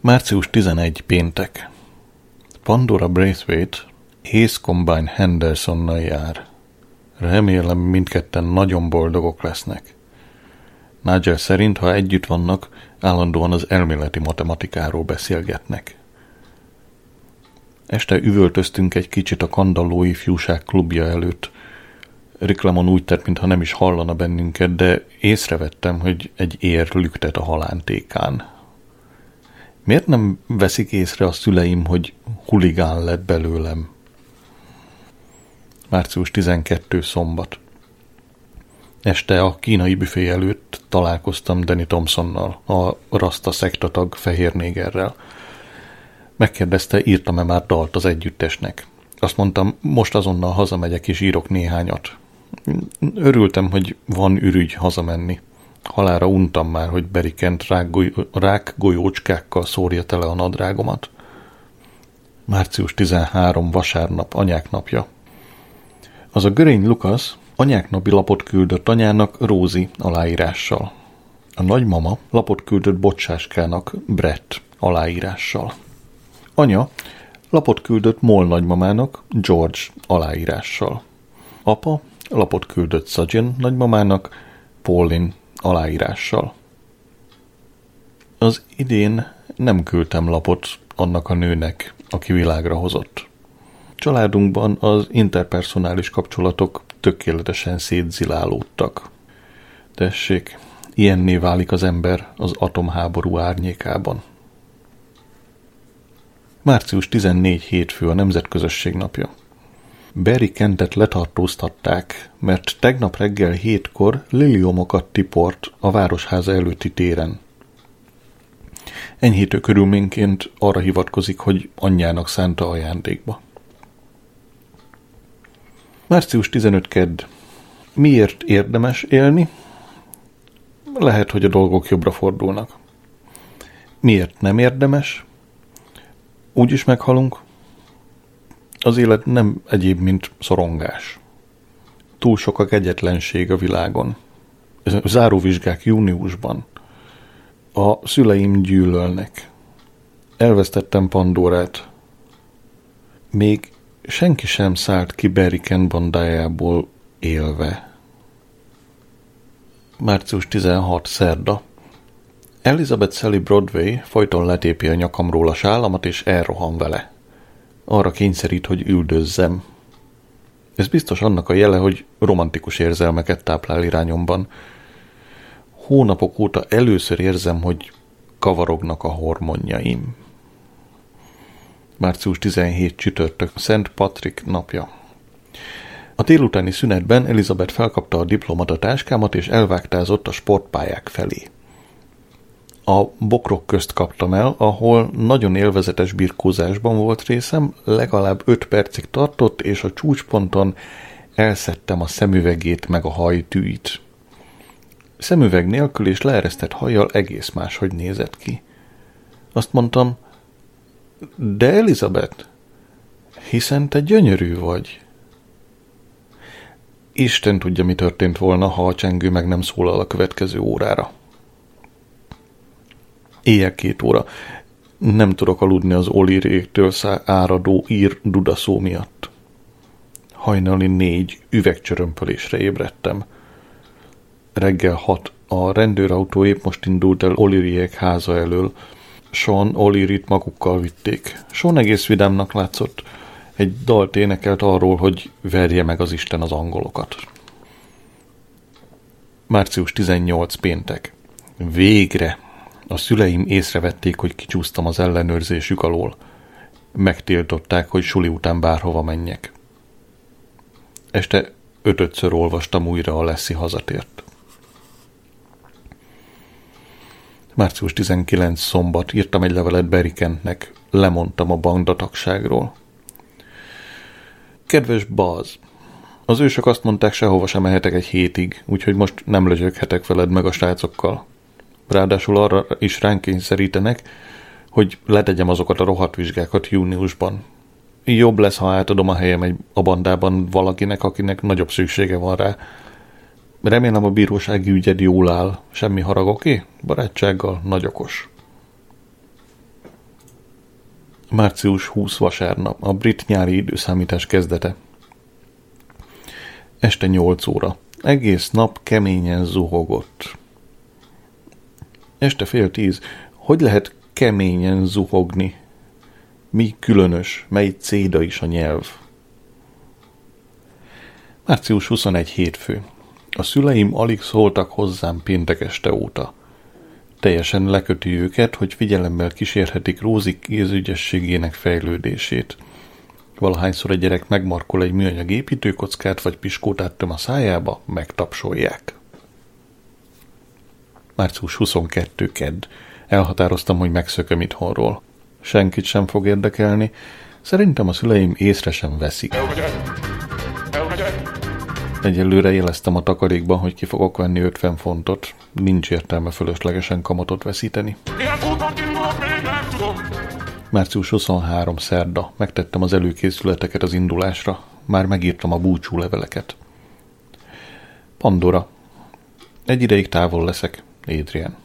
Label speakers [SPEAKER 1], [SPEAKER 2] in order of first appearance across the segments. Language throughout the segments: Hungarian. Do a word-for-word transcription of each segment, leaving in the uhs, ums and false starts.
[SPEAKER 1] március tizenegy péntek. Pandora Braithwaite Ace Combine Hendersonnal jár. Remélem mindketten nagyon boldogok lesznek. Nigel szerint, ha együtt vannak, állandóan az elméleti matematikáról beszélgetnek. Este üvöltöztünk egy kicsit a Kandalló ifjúság klubja előtt. Rick Lemon úgy tett, mintha nem is hallana bennünket, de észrevettem, hogy egy ér lüktet a halántékán. Miért nem veszik észre a szüleim, hogy huligán lett belőlem? március tizenkettő szombat. Este a kínai büfé előtt találkoztam Danny Thompsonnal, a rasta szektatag fehér négerrel. Megkérdezte, írtam-e már dalt az együttesnek. Azt mondtam, most azonnal hazamegyek és írok néhányat. Örültem, hogy van ürügy hazamenni. Halálra untam már, hogy Barry Kent rákgolyócskákkal szórja tele a nadrágomat. március tizenharmadika vasárnap, anyák napja. Az a görény Lukasz anyáknapi lapot küldött anyának Rózi aláírással. A nagymama lapot küldött bocsáskának Brett aláírással. Anya lapot küldött Moll nagymamának George aláírással. Apa lapot küldött Sajin nagymamának Pauline aláírással. Az idén nem küldtem lapot annak a nőnek, aki világra hozott. Családunkban az interpersonális kapcsolatok tökéletesen szétzilálódtak. Tessék, ilyenné válik az ember az atomháború árnyékában. március tizennégy hétfő a Nemzetközösség napja. Barry Kentet letartóztatták, mert tegnap reggel hétkor liliomokat tiport a városháza előtti téren. Enyhítő körülményként arra hivatkozik, hogy anyjának szánta ajándékba. március tizenötödike kedd. Miért érdemes élni? Lehet, hogy a dolgok jobbra fordulnak. Miért nem érdemes? Úgyis meghalunk. Az élet nem egyéb, mint szorongás. Túl sok a kegyetlenség a világon. Záróvizsgák júniusban. A szüleim gyűlölnek. Elvesztettem Pandorát. Még senki sem szállt ki Barry Kent bandájából élve. március tizenharmadika szerda. Elizabeth Sally Broadway folyton letépi a nyakamról a sálamat, és elrohan vele. Arra kényszerít, hogy üldözzem. Ez biztos annak a jele, hogy romantikus érzelmeket táplál irányomban. Hónapok óta először érzem, hogy kavarognak a hormonjaim. március tizenhetedike csütörtök, Szent Patrik napja. A délutáni szünetben Elizabeth felkapta a diplomata táskámat, és elvágtázott a sportpályák felé. A bokrok közt kaptam el, ahol nagyon élvezetes birkózásban volt részem, legalább öt percig tartott, és a csúcsponton elszedtem a szemüvegét meg a hajtűit. Szemüveg nélkül és leeresztett hajjal egész máshogy nézett ki. Azt mondtam, de Elizabeth, hiszen te gyönyörű vagy. Isten tudja, mi történt volna, ha a csengő meg nem szólal a következő órára. Éjjel két óra. Nem tudok aludni az Oliréktől áradó ír dudaszó miatt. Hajnali négy üvegcsörömpölésre ébredtem. Reggel hat. A rendőrautó épp most indult el O'Learyek háza elől. Sean O'Learyt magukkal vitték. Sean egész vidámnak látszott. Egy dalt énekelt arról, hogy verje meg az Isten az angolokat. március tizennyolcadika péntek. Végre! A szüleim észrevették, hogy kicsúsztam az ellenőrzésük alól. Megtiltották, hogy suli után bárhova menjek. Este ötödször olvastam újra a Lassie hazatért. március tizenkilencedike szombat. Írtam egy levelet Barry Kentnek. Lemondtam a bandatagságról. Kedves Buzz! Az ősök azt mondták, sehova sem mehetek egy hétig, úgyhogy most nem lötyöghetek veled meg a srácokkal. Ráadásul arra is ránk kényszerítenek, hogy letegyem azokat a rohadt vizsgákat júniusban. Jobb lesz, ha átadom a helyem egy a bandában valakinek, akinek nagyobb szüksége van rá. Remélem a bírósági ügyed jól áll. Semmi harag, oké? Barátsággal, nagy okos. március huszadika vasárnap, a brit nyári időszámítás kezdete. Este nyolc óra. Egész nap keményen zuhogott. Este fél tíz. Hogy lehet keményen zuhogni? Mi különös, mely céda is a nyelv? március huszonegyedike hétfő. A szüleim alig szóltak hozzám péntek este óta. Teljesen leköti őket, hogy figyelemmel kísérhetik Rózi kézügyességének fejlődését. Valahányszor egy gyerek megmarkol egy műanyag építőkockát, vagy piskótát töm a szájába, megtapsolják. március huszonkettedike kedd. Elhatároztam, hogy megszököm itthonról. Senkit sem fog érdekelni. Szerintem a szüleim észre sem veszik. Egyelőre jeleztem a takarékban, hogy ki fogok venni ötven fontot. Nincs értelme fölöslegesen kamatot veszíteni. március huszonharmadika szerda. Megtettem az előkészületeket az indulásra. Már megírtam a búcsú leveleket. Pandora. Egy ideig távol leszek. Adrian.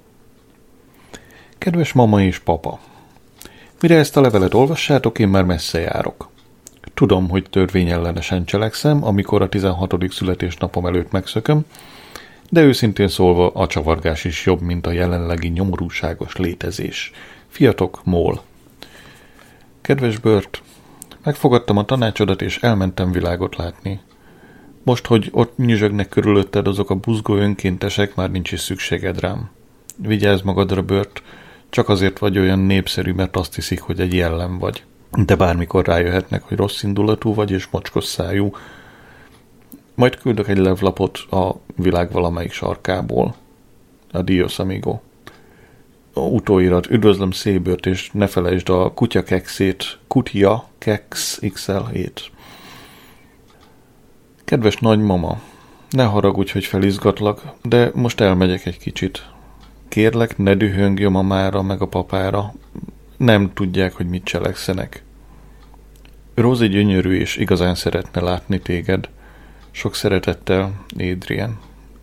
[SPEAKER 1] Kedves mama és papa. Mire ezt a levelet olvassátok, én már messze járok. Tudom, hogy törvényellenesen cselekszem, amikor a tizenhatodik születésnapom előtt megszököm, de őszintén szólva a csavargás is jobb, mint a jelenlegi nyomorúságos létezés. Fiatok, Mól. Kedves Bört, megfogadtam a tanácsodat, és elmentem világot látni. Most, hogy ott nyüzsögnek körülötted azok a buzgó önkéntesek, már nincs is szükséged rám. Vigyázz magadra, Bört, csak azért vagy olyan népszerű, mert azt hiszik, hogy egy jellem vagy. De bármikor rájöhetnek, hogy rossz indulatú vagy és mocskos szájú. Majd küldök egy levlapot a világ valamelyik sarkából. Adios, amigo. A utóirat, üdvözlöm Szébört, és ne felejtsd a kutya kekszét, kutya keks iksz el hét. Kedves nagymama, ne haragudj, hogy felizgatlak, de most elmegyek egy kicsit. Kérlek, ne dühöngj a mamára meg a papára. Nem tudják, hogy mit cselekszenek. Rózi gyönyörű és igazán szeretne látni téged. Sok szeretettel, Adrian.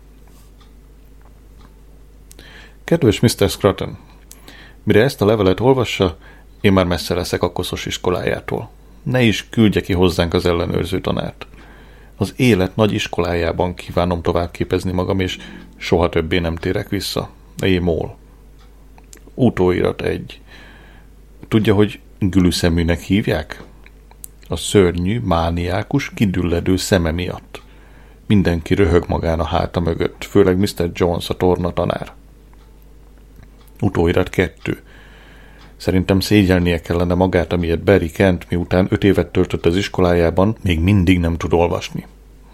[SPEAKER 1] Kedves miszter Scruton, mire ezt a levelet olvassa, én már messze leszek a koszos iskolájától. Ne is küldje ki hozzánk az ellenőrző tanárt. Az élet nagy iskolájában kívánom továbbképezni magam, és soha többé nem térek vissza. Én Mól. Utóirat egy. Tudja, hogy gülüszeműnek hívják? A szörnyű, mániákus, kidülledő szeme miatt. Mindenki röhög magán a háta mögött, főleg miszter Jones, a torna tanár. Utóirat kettő. Szerintem szégyelnie kellene magát, amiért Barry Kent, miután öt évet töltött az iskolájában, még mindig nem tud olvasni.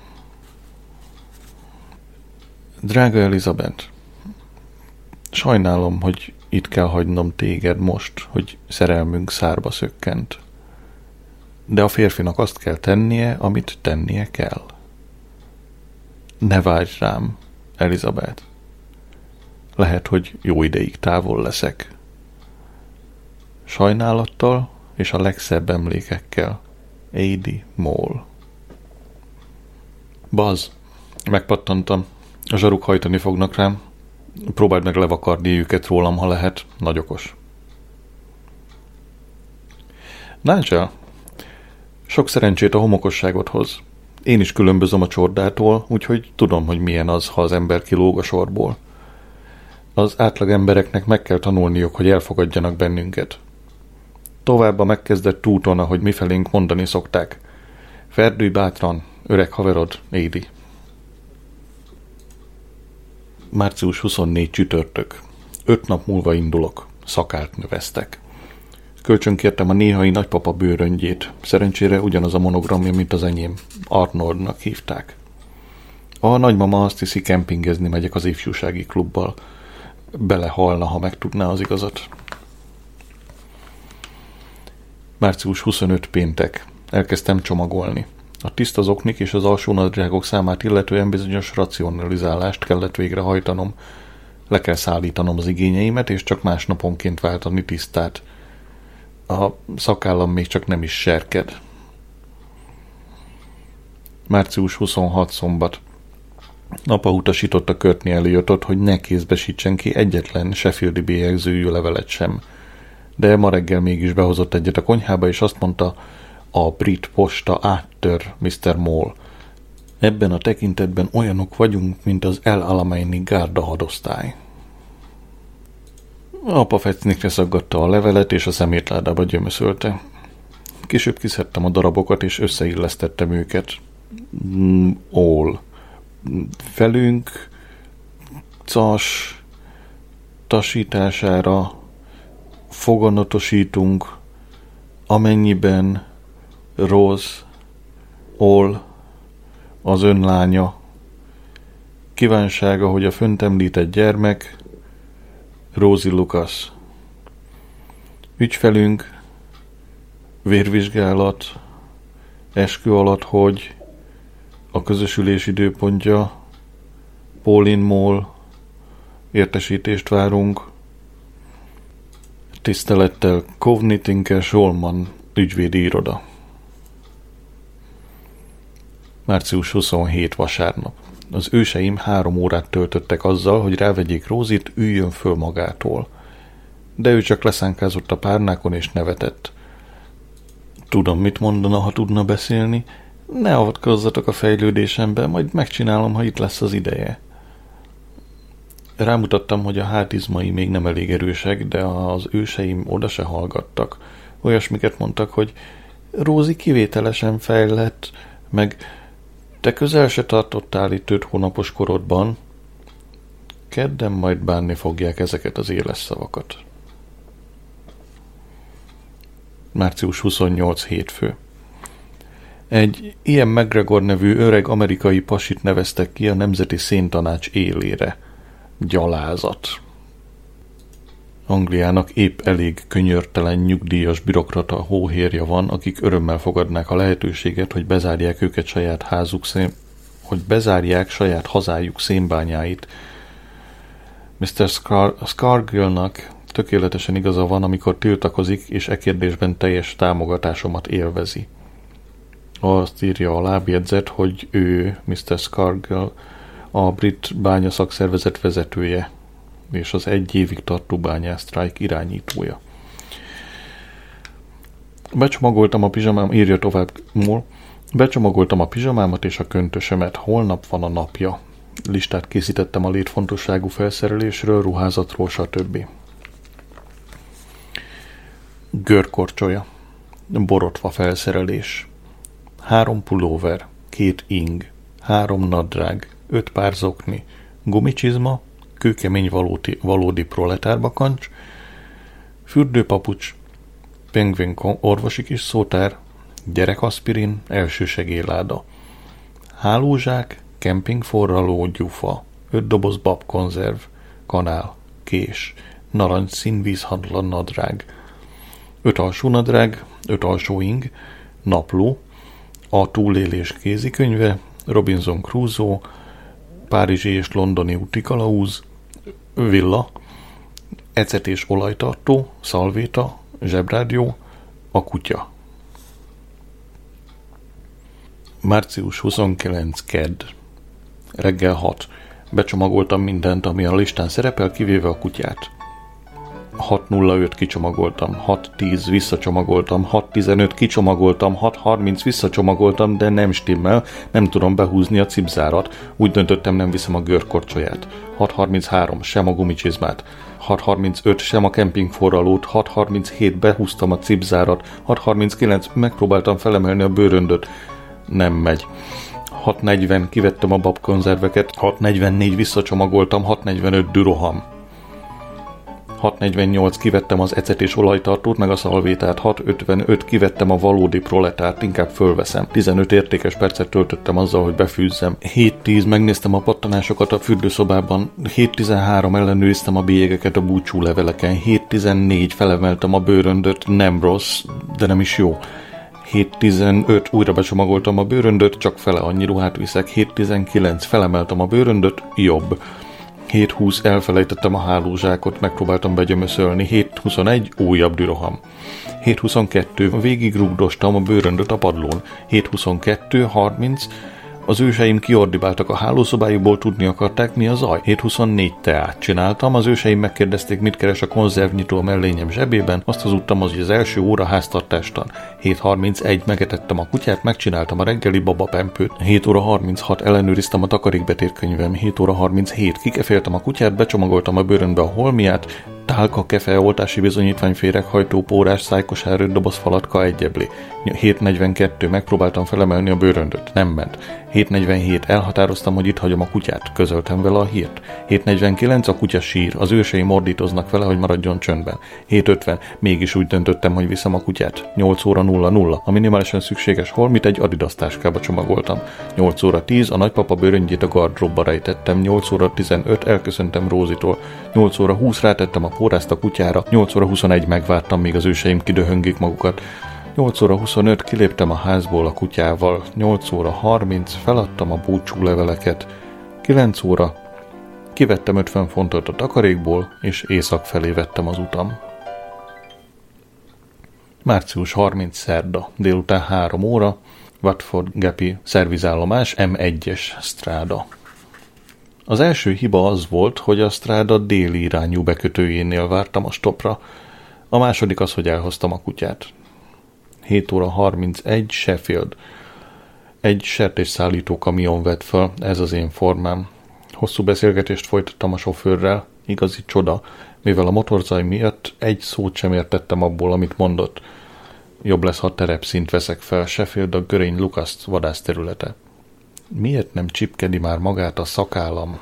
[SPEAKER 1] Drága Elizabeth, sajnálom, hogy itt kell hagynom téged most, hogy szerelmünk szárba szökkent. De a férfinak azt kell tennie, amit tennie kell. Ne vágyj rám, Elizabeth. Lehet, hogy jó ideig távol leszek. Sajnálattal és a legszebb emlékekkel. Adi Mól. Buzz, megpattantam. A zsaruk hajtani fognak rám. Próbáld meg levakarni őket rólam, ha lehet. Nagy okos. Nigel, sok szerencsét a homokosságodhoz. Én is különbözöm a csordától, úgyhogy tudom, hogy milyen az, ha az ember kilóg a sorból. Az átlag embereknek meg kell tanulniuk, hogy elfogadjanak bennünket. Tovább a megkezdett úton, ahogy mifelénk mondani szokták. Ferdülj bátran, öreg haverod, Édi. március huszonnegyedike csütörtök. Öt nap múlva indulok. Szakált növesztek. Kölcsönkértem a néhai nagypapa bőröngyét. Szerencsére ugyanaz a monogramja, mint az enyém. Arnoldnak hívták. A nagymama azt hiszi, kempingezni megyek az ifjúsági klubbal. Belehalna, ha megtudná az igazat. március huszonötödike péntek. Elkezdtem csomagolni. A tiszta zoknik és az alsónadrágok számát illetően bizonyos racionalizálást kellett végrehajtanom. Le kell szállítanom az igényeimet, és csak másnaponként váltani tisztát. A szakállam még csak nem is serked. március huszonhatodika szombat. Apa utasította Courtney Elliotot, hogy ne kézbesítsen ki egyetlen Sheffieldi bélyegzőjű levelet sem. de ma reggel mégis behozott egyet a konyhába, és azt mondta, a brit posta áttör, miszter Mole. Ebben a tekintetben olyanok vagyunk, mint az El Alameini gárda hadosztály. Apa fecnikre szaggatta a levelet, és a szemétládába gyömöszölte. Később kiszedtem a darabokat, és összeillesztettem őket. Mm, all. Felünk, cas, tasítására foganatosítunk, amennyiben Rose, all, az önlánya. Kívánsága, hogy a fönt említett gyermek, Rosie Lucas. Ügyfelünk, vérvizsgálat, eskü alatt, hogy a közösülés időpontja, Pauline Mole, értesítést várunk. Tisztelettel Kovni Tinker Solman, ügyvédi iroda. március huszonhetedike vasárnap. Az őseim három órát töltöttek azzal, hogy rávegyék Rózit, üljön föl magától. De ő csak leszánkázott a párnákon és nevetett. Tudom, mit mondana, ha tudna beszélni. Ne avatkozzatok a fejlődésembe, majd megcsinálom, ha itt lesz az ideje. Rámutattam, hogy a hátizmai még nem elég erősek, de az őseim oda se hallgattak. Olyasmiket mondtak, hogy Rózi kivételesen fejlett, meg te közel se tartottál itt öt hónapos korodban. Kedden majd bánni fogják ezeket az éles szavakat. március huszonnyolcadika hétfő. Egy Ian McGregor nevű öreg amerikai pasit neveztek ki a Nemzeti Széntanács élére. Gyalázat. Angliának épp elég könyörtelen nyugdíjas bürokrata hóhérja van, akik örömmel fogadnák a lehetőséget, hogy bezárják őket saját házuk szén, hogy bezárják saját hazájuk szénbányáit. miszter Scar- Scargill-nak tökéletesen igaza van, amikor tiltakozik, és e kérdésben teljes támogatásomat élvezi. Azt írja a lábjegyzet, hogy ő, miszter Scargill, a brit bányaszakszervezet vezetője, és az egy évig tartó bányásztrájk irányítója. Becsomagoltam a pizsamám, írja tovább Moore, becsomagoltam a pizsamámat és a köntösömet, holnap van a napja. Listát készítettem a létfontosságú felszerelésről, ruházatról, stb. Görkorcsolya. Borotva felszerelés. Három pulóver, két ing, három nadrág, öt pár zokni, gumicsizma, kőkemény valódi, valódi proletárbakancs, fürdőpapucs, pengvin orvosi kis szótár, gyerekaszpirin, elsősegélyláda, hálózsák, kempingforraló, gyufa, öt doboz babkonzerv, kanál, kés, narancs színvízhadlan nadrág, öt alsó nadrág, öt alsó ing, napló, a túlélés kézikönyve, Robinson Crusoe, párizsi és londoni útikalauz, villa, ecet és olajtartó, szalvéta, zsebrádió, a kutya. március huszonkilencedike kedd. Reggel hat. Becsomagoltam mindent, ami a listán szerepel, kivéve a kutyát. hat nulla öt kicsomagoltam, hat tíz visszacsomagoltam, hat tizenöt kicsomagoltam, hat harminc visszacsomagoltam, de nem stimmel, nem tudom behúzni a cipzárat. Úgy döntöttem, nem viszem a görkorcsolyát. hat harminchárom sem a gumicsizmát. hat harmincöt sem a kempingforralót, hat harminchét behúztam a cipzárat, hat harminckilenc megpróbáltam felemelni a bőröndöt. Nem megy. hat negyven kivettem a babkonzerveket, hat negyvennégy visszacsomagoltam, hat negyvenöt düroham. hat negyvennyolc kivettem az ecet és olajtartót, meg a szalvétát, hat ötvenöt kivettem a valódi proletárt, inkább fölveszem. tizenöt értékes percet töltöttem azzal, hogy befűzzem. hét tíz megnéztem a pattanásokat a fürdőszobában, hét tizenhárom ellenőriztem a bélyegeket a búcsú leveleken, hét tizennégy felemeltem a bőröndöt, nem rossz, de nem is jó. hét tizenöt újra becsomagoltam a bőröndöt, csak fele annyi ruhát viszek, hét tizenkilenc felemeltem a bőröndöt, jobb. hét húsz elfelejtettem a hálózsákot, megpróbáltam begyömöszölni, hét huszonegy újabb düroham. hét huszonkettő végig rugdostam a bőröndöt a padlón, hét huszonkettő harminc Az őseim kiordibáltak a hálószobájukból, tudni akarták, mi a zaj. hét huszonnégy teát csináltam, az őseim megkérdezték, mit keres a konzervnyitó a mellényem zsebében, azt hazudtam, hogy az első óra háztartástan. hét harmincegy megetettem a kutyát, megcsináltam a reggeli babapempőt. hét óra harminchat ellenőriztem a takarékbetétkönyvem. hét óra harminchét kikeféltem a kutyát, becsomagoltam a bőrönbe a holmiát, tálka, kefe, oltási bizonyítvány, féreghajtó, pórás, szájkosár, öt doboz falatka, egy eblé. hét negyvenkettő megpróbáltam felemelni a bőröndöt. Nem ment. hét negyvenhét elhatároztam, hogy itt hagyom a kutyát. Közöltem vele a hírt. hét negyvenkilenc a kutya sír. Az őseim ordítoznak vele, hogy maradjon csöndben. hét ötven mégis úgy döntöttem, hogy viszem a kutyát. nyolc óra nulla nulla a minimálisan szükséges holmit egy Adidas táskába csomagoltam. nyolc óra tíz a nagypapa bőröngyét a gardróbba rejtettem. nyolc óra tizenöt elköszöntem Rózitól. nyolc óra húsz rátettem a pórázt a kutyára. nyolc óra huszonegy megvártam, míg az őseim kidöhöngik magukat. nyolc óra huszonöt kiléptem a házból a kutyával. nyolc óra harminc feladtam a búcsú leveleket. kilenc óra kivettem ötven fontot a takarékból, és észak felé vettem az utam. március harmincadika szerda, délután három óra, Watford Gapi szervizállomás, em egyes stráda. Az első hiba az volt, hogy a stráda déli irányú bekötőjénél vártam a stopra, a második az, hogy elhoztam a kutyát. hét óra harmincegy Sheffield. Egy sertésszállító kamion vett fel, ez az én formám. Hosszú beszélgetést folytattam a sofőrrel, igazi csoda, mivel a motorzaj miatt egy szót sem értettem abból, amit mondott. Jobb lesz, ha terepszínt veszek fel, Sheffield a Görény Lucas vadászterülete. Miért nem csipkedi már magát a szakállam?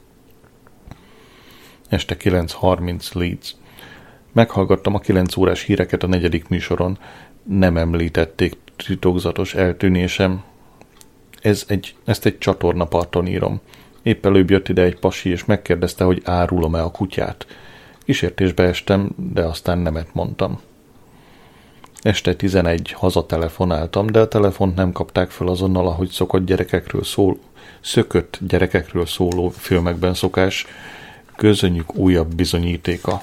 [SPEAKER 1] Este kilenc harminc Leeds. Meghallgattam a kilenc órás híreket a negyedik műsoron. Nem említették titokzatos eltűnésem. Ez egy, ezt egy csatornaparton írom. Épp előbb jött ide egy pasi, és megkérdezte, hogy árulom-e a kutyát. Kísértésbe estem, de aztán nemet mondtam. Este tizenegy hazatelefonáltam, de a telefont nem kapták föl azonnal, ahogy szokott gyerekekről szól, szökött gyerekekről szóló filmekben szokás. Közönyük újabb bizonyítéka.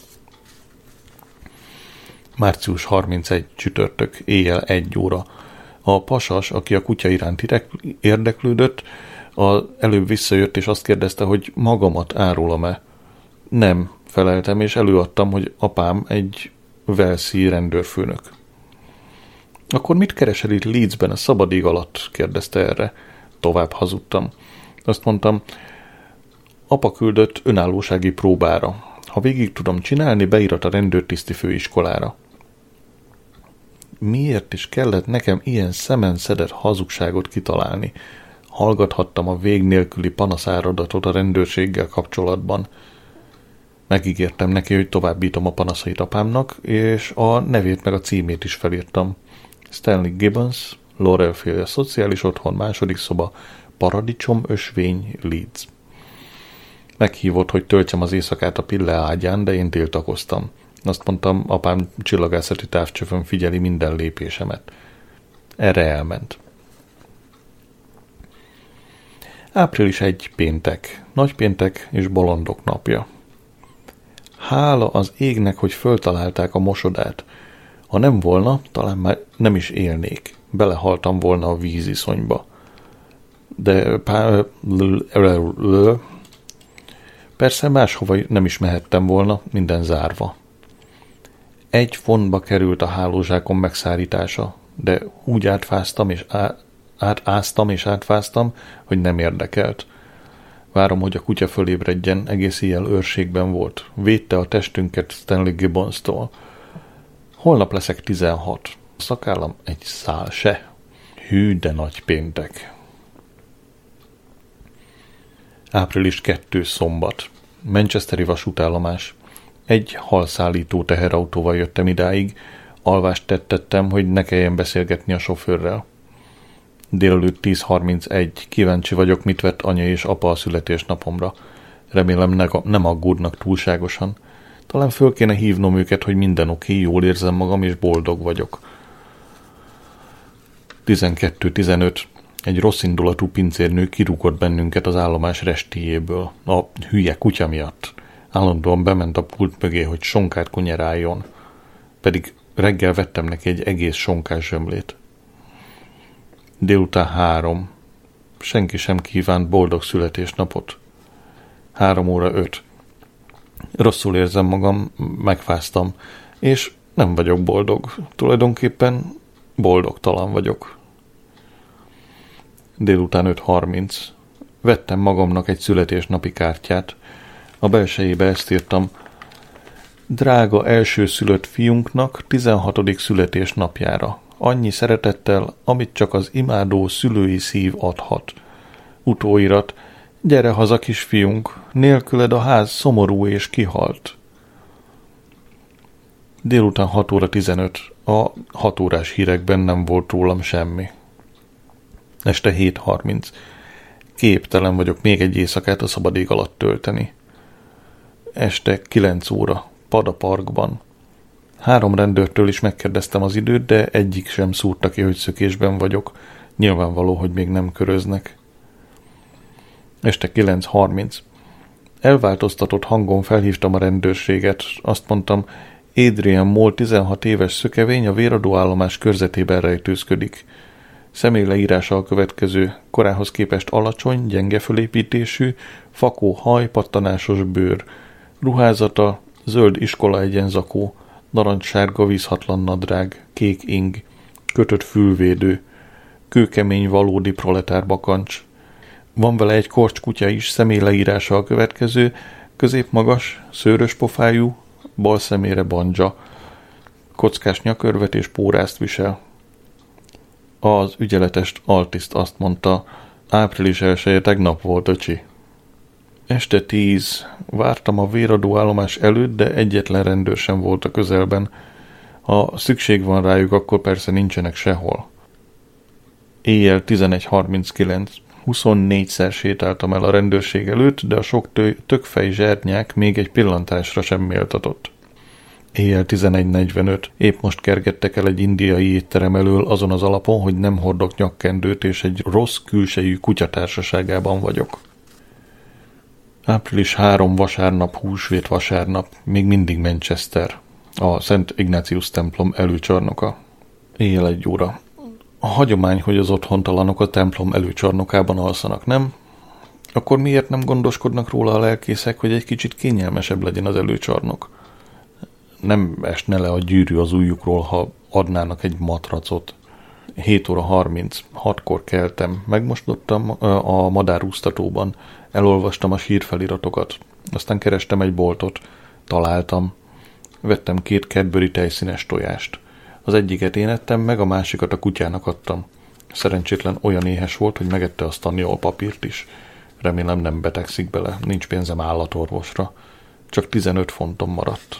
[SPEAKER 1] március harmincegy csütörtök, éjjel egy óra. A pasas, aki a kutya iránt érdeklődött, az előbb visszajött, és azt kérdezte, hogy magamat árulom-e. Nem, feleltem, és előadtam, hogy apám egy walesi rendőrfőnök. Akkor mit keresel itt Leedsben a szabadég alatt? Kérdezte erre. Tovább hazudtam. Azt mondtam, apa küldött önállósági próbára. Ha végig tudom csinálni, beírat a rendőrtiszti főiskolára. Miért is kellett nekem ilyen szemen szedett hazugságot kitalálni? Hallgathattam a vég nélküli panaszáradatot a rendőrséggel kapcsolatban. Megígértem neki, hogy továbbítom a panaszait apámnak, és a nevét meg a címét is felírtam. Stanley Gibbons, Laurelfield Szociális Otthon, második szoba, Paradicsom, Ösvény, Leeds. Meghívott, hogy töltsem az éjszakát a pille ágyán, de én tiltakoztam. Azt mondtam, apám csillagászati távcsövön figyeli minden lépésemet. Erre elment. április elseje péntek, nagypéntek és bolondok napja. Hála az égnek, hogy föltalálták a mosodát. Ha nem volna, talán már nem is élnék. Belehaltam volna a víziszonyba. De pá... persze máshova nem is mehettem volna, minden zárva. Egy fontba került a hálózsákom megszárítása, de úgy átfáztam és á... átáztam és átfáztam, hogy nem érdekelt. Várom, hogy a kutya fölébredjen, egész éjjel őrségben volt. Védte a testünket Stanley Gibbons-tól. Holnap leszek tizenhat. A szakállam egy szál se. Hű, de nagy péntek. április kettő szombat. Manchesteri vasútállomás. Egy halszállító teherautóval jöttem idáig. Alvást tettettem, hogy ne kelljen beszélgetni a sofőrrel. Délelőtt tíz harmincegy. Kíváncsi vagyok, mit vett anya és apa a születésnapomra. Remélem ne, nem aggódnak túlságosan. Talán föl kéne hívnom őket, hogy minden oké, jól érzem magam és boldog vagyok. tizenkettő tizenöt. Egy rosszindulatú pincérnő kirúgott bennünket az állomás restéjéből. A hülye kutya miatt. Állandóan bement a pult mögé, hogy sonkát kunyeráljon. Pedig reggel vettem neki egy egész sonkás zsömlét. Délután három. senki sem kívánt boldog születésnapot. Három óra öt. Rosszul érzem magam, megfáztam, és nem vagyok boldog. Tulajdonképpen boldogtalan vagyok. Délután öt harminc. Vettem magamnak egy születésnapi kártyát. A belsejébe ezt írtam: drága elsőszülött fiunknak tizenhatodik születésnapjára. Annyi szeretettel, amit csak az imádó szülői szív adhat. Utóirat: gyere haza, kisfiunk, nélküled a ház szomorú és kihalt. Délután hat óra tizenöt. A hat órás hírekben nem volt rólam semmi. Este hét harminc. Képtelen vagyok még egy éjszakát a szabad ég alatt tölteni. Este kilenc óra. Pad a parkban. Három rendőrtől is megkérdeztem az időt, de egyik sem szúrta ki, hogy szökésben vagyok. Nyilvánvaló, hogy még nem köröznek. Este kilenc harminc. Elváltoztatott hangon felhívtam a rendőrséget. Azt mondtam: Adrian Moll tizenhat éves szökevény a véradóállomás körzetében rejtőzködik. Személy leírása a következő: korához képest alacsony, gyenge fölépítésű, fakó haj, pattanásos bőr. Ruházata: zöld iskola egyenzakó, narancssárga vízhatlan nadrág, kék ing, kötött fülvédő, kőkemény valódi proletár bakancs. Van vele egy korcs kutya is, személy leírása a következő: középmagas, szőrös pofájú, bal szemére banja, kockás nyakörvet és pórázt visel. Az ügyeletes altiszt azt mondta: április elseje tegnap volt, öcsi. Este tíz. Vártam a véradóállomás előtt, de egyetlen rendőr sem volt a közelben. Ha szükség van rájuk, akkor persze nincsenek sehol. Éjjel tizenegy harminckilenc. huszonnégyszer sétáltam el a rendőrség előtt, de a sok tö- tökfej zsernyák még egy pillantásra sem méltatott. Éjjel tizenegy negyvenöt. Épp most kergettek el egy indiai étterem elől azon az alapon, hogy nem hordok nyakkendőt, és egy rossz külsejű kutyatársaságában vagyok. április harmadika vasárnap, húsvét vasárnap, még mindig Manchester, a Szent Ignácius templom előcsarnoka. Éjjel egy óra. A hagyomány, hogy az otthontalanok a templom előcsarnokában alszanak, nem? Akkor miért nem gondoskodnak róla a lelkészek, hogy egy kicsit kényelmesebb legyen az előcsarnok? Nem esne le a gyűrű az ujjukról, ha adnának egy matracot. hét óra harminc. hatkor keltem. Megmosdottam a madárúsztatóban. Elolvastam a sírfeliratokat. Aztán kerestem egy boltot. Találtam. Vettem két Cadbury tejszínes tojást. Az egyiket én ettem, meg a másikat a kutyának adtam. Szerencsétlen olyan éhes volt, hogy megette a sztaniol papírt is. Remélem nem betegszik bele. Nincs pénzem állatorvosra. Csak tizenöt fontom maradt.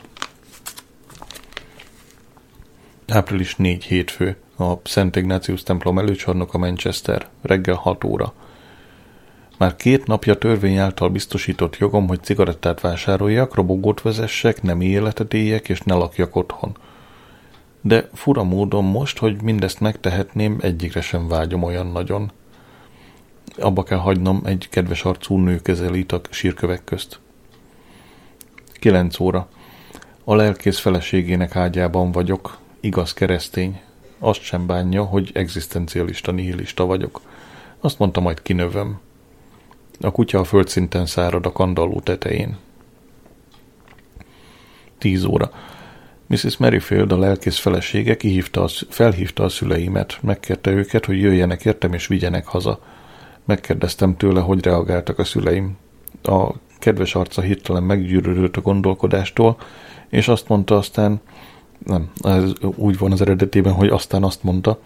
[SPEAKER 1] április negyedike hétfő. A Szent Ignácius templom előcsarnoka Manchester. Reggel hat óra. Már két napja törvény által biztosított jogom, hogy cigarettát vásároljak, robogót vezessek, nem életet éljek és ne lakjak otthon. De fura módon most, hogy mindezt megtehetném, egyikre sem vágyom olyan nagyon. Abba kell hagynom, egy kedves arcú nő kezelít a sírkövek közt. kilenc óra. A lelkész feleségének ágyában vagyok, igaz keresztény. Azt sem bánja, hogy egzisztencialista nihilista vagyok. Azt mondta, majd kinövöm. A kutya a földszinten szárad a kandalló tetején. tíz óra. missziz Merrifield, a lelkész felesége kihívta a, felhívta a szüleimet. Megkérte őket, hogy jöjjenek értem és vigyenek haza. Megkérdeztem tőle, hogy reagáltak a szüleim. A kedves arca hirtelen meggyűrődött a gondolkodástól, és azt mondta aztán, nem, ez úgy van az eredetében, hogy aztán azt mondta,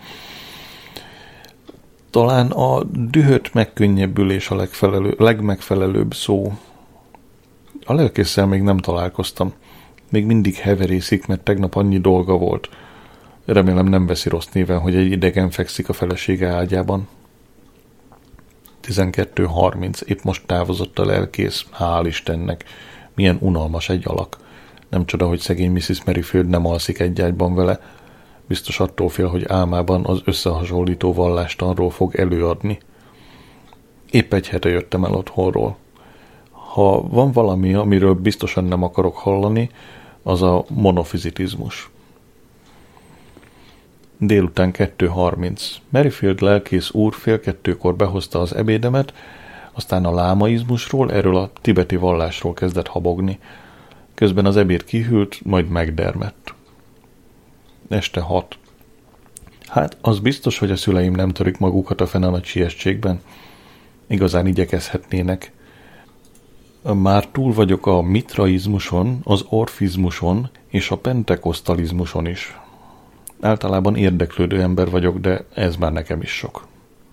[SPEAKER 1] talán a dühött megkönnyebbülés a legfelelő, legmegfelelőbb szó. A lelkésszel még nem találkoztam. Még mindig heverészik, mert tegnap annyi dolga volt. Remélem nem veszi rossz néven, hogy egy idegen fekszik a felesége ágyában. tizenkettő harminc. Itt most távozott a lelkész. Hál' Istennek. Milyen unalmas egy alak. Nem csoda, hogy szegény missziz Merrifield nem alszik egy ágyban vele. Biztos attól fél, hogy álmában az összehasonlító vallástanról fog előadni. Épp egy hete jöttem el otthonról. Ha van valami, amiről biztosan nem akarok hallani, az a monofizitizmus. Délután kettő harminc. Merrifield lelkész úr fél kettőkor behozta az ebédemet, aztán a lámaizmusról, erről a tibeti vallásról kezdett habogni. Közben az ebéd kihűlt, majd megdermett. Este hat. Hát, az biztos, hogy a szüleim nem törik magukat a fene nagy sietségben. Igazán igyekezhetnének. Már túl vagyok a mitraizmuson, az orfizmuson és a pentekosztalizmuson is. Általában érdeklődő ember vagyok, de ez már nekem is sok.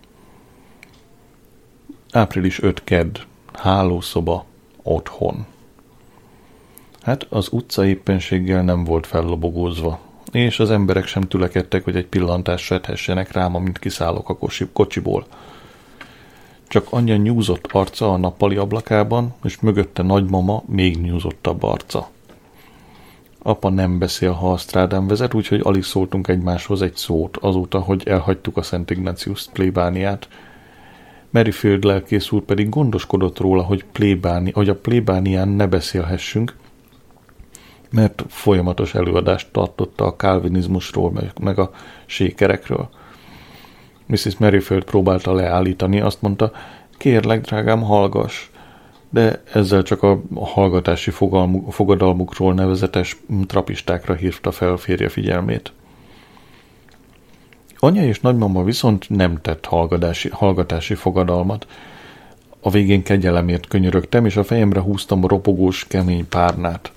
[SPEAKER 1] április ötödike kedd. Hálószoba. Otthon. Hát az utca éppenséggel nem volt fellobogózva, és az emberek sem tülekedtek, hogy egy pillantást vethessenek rám, amint kiszállok a kocsiból. Csak anyja nyúzott arca a nappali ablakában, és mögötte nagymama még nyúzottabb arca. Apa nem beszél, ha a strádán vezet, úgyhogy alig szóltunk egymáshoz egy szót, azóta, hogy elhagytuk a Szent Ignatius plébániát. Merrifield lelkész úr pedig gondoskodott róla, hogy, plébáni, hogy a plébánián ne beszélhessünk, mert folyamatos előadást tartotta a kálvinizmusról, meg, meg a sékerekről. missziz Merrifield próbálta leállítani, azt mondta, kérlek, drágám, hallgass, de ezzel csak a hallgatási fogalmuk, fogadalmukról nevezetes trapistákra hívta fel férje figyelmét. Anya és nagymama viszont nem tett hallgatási, hallgatási fogadalmat. A végén kegyelemért könyörögtem, és a fejemre húztam a ropogós, kemény párnát.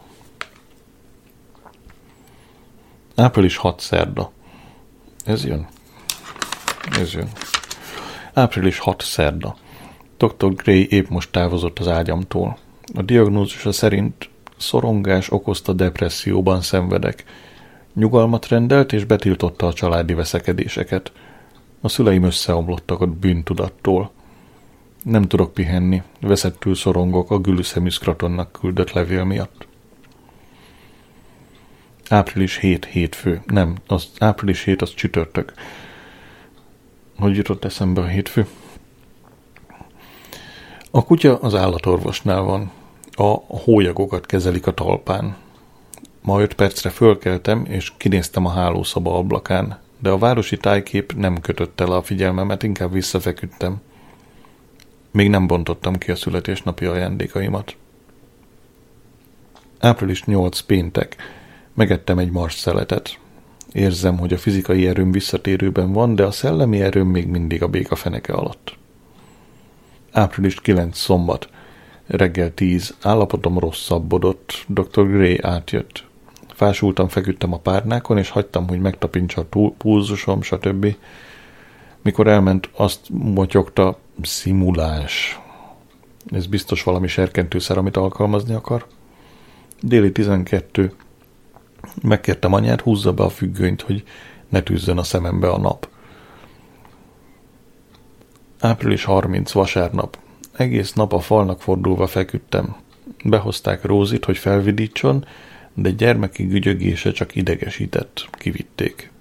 [SPEAKER 1] április hatodika szerda. Ez jön. Ez jön. április hatodika szerda. doktor Gray épp most távozott az ágyamtól. A diagnózisa szerint szorongás okozta depresszióban szenvedek. Nyugalmat rendelt és betiltotta a családi veszekedéseket. A szüleim összeomlottak a bűntudattól. Nem tudok pihenni, veszettül szorongok a Gülüszemüsz Kratonnak küldött levél miatt. április hetedike hétfő. Nem, az április hetedike az csütörtök. Hogy jutott eszembe a hétfő? A kutya az állatorvosnál van. A hólyagokat kezelik a talpán. Ma öt percre fölkeltem, és kinéztem a hálószoba ablakán, de a városi tájkép nem kötött el a figyelmemet, inkább visszafeküdtem. Még nem bontottam ki a születésnapi ajándékaimat. április nyolcadika péntek. Megettem egy marsszeletet. Érzem, hogy a fizikai erőm visszatérőben van, de a szellemi erőm még mindig a béka feneke alatt. április kilencedike szombat. Reggel tíz. Állapotom rosszabbodott. doktor Gray átjött. Fásultan feküdtem a párnákon, és hagytam, hogy megtapintsa a pulzusom, stb. Mikor elment, azt motyogta, szimuláns. Ez biztos valami serkentőszer, amit alkalmazni akar. Déli tizenkettő. Megkértem anyát, húzza be a függönyt, hogy ne tűzzön a szemembe a nap. április harmincadika vasárnap. Egész nap a falnak fordulva feküdtem. Behozták Rózit, hogy felvidítson, de gyermeki gügyögése csak idegesített. Kivitték.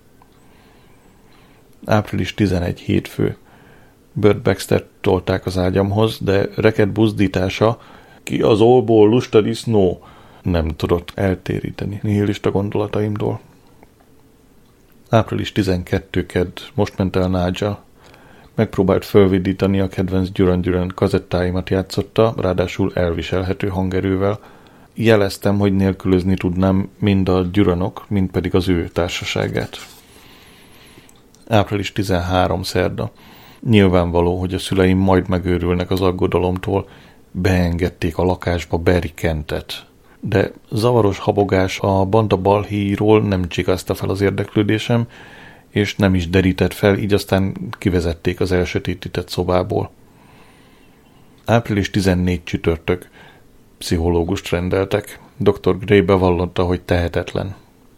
[SPEAKER 1] április tizenegyedike hétfő. Burt Baxter tolták az ágyamhoz, de reked buzdítása, ki az olból lusta disznó, nem tudott eltéríteni nihilista gondolataimtól. április tizenkettedike kedd. Most ment el Nigel. Megpróbált fölvidítani, a kedvenc Duran Duran kazettáimat játszotta, ráadásul elviselhető hangerővel. Jeleztem, hogy nélkülözni tudnám mind a Duranok, mind pedig az ő társaságát. április tizenharmadika szerda. Nyilvánvaló, hogy a szüleim majd megőrülnek az aggodalomtól. Beengedték a lakásba Barry Kentet. De zavaros habogás a banda balhéiról nem csikázta fel az érdeklődésem, és nem is derített fel, így aztán kivezették az elsötétített szobából. április tizennégyedike csütörtök. Pszichológust rendeltek. doktor Gray bevallotta, hogy tehetetlen.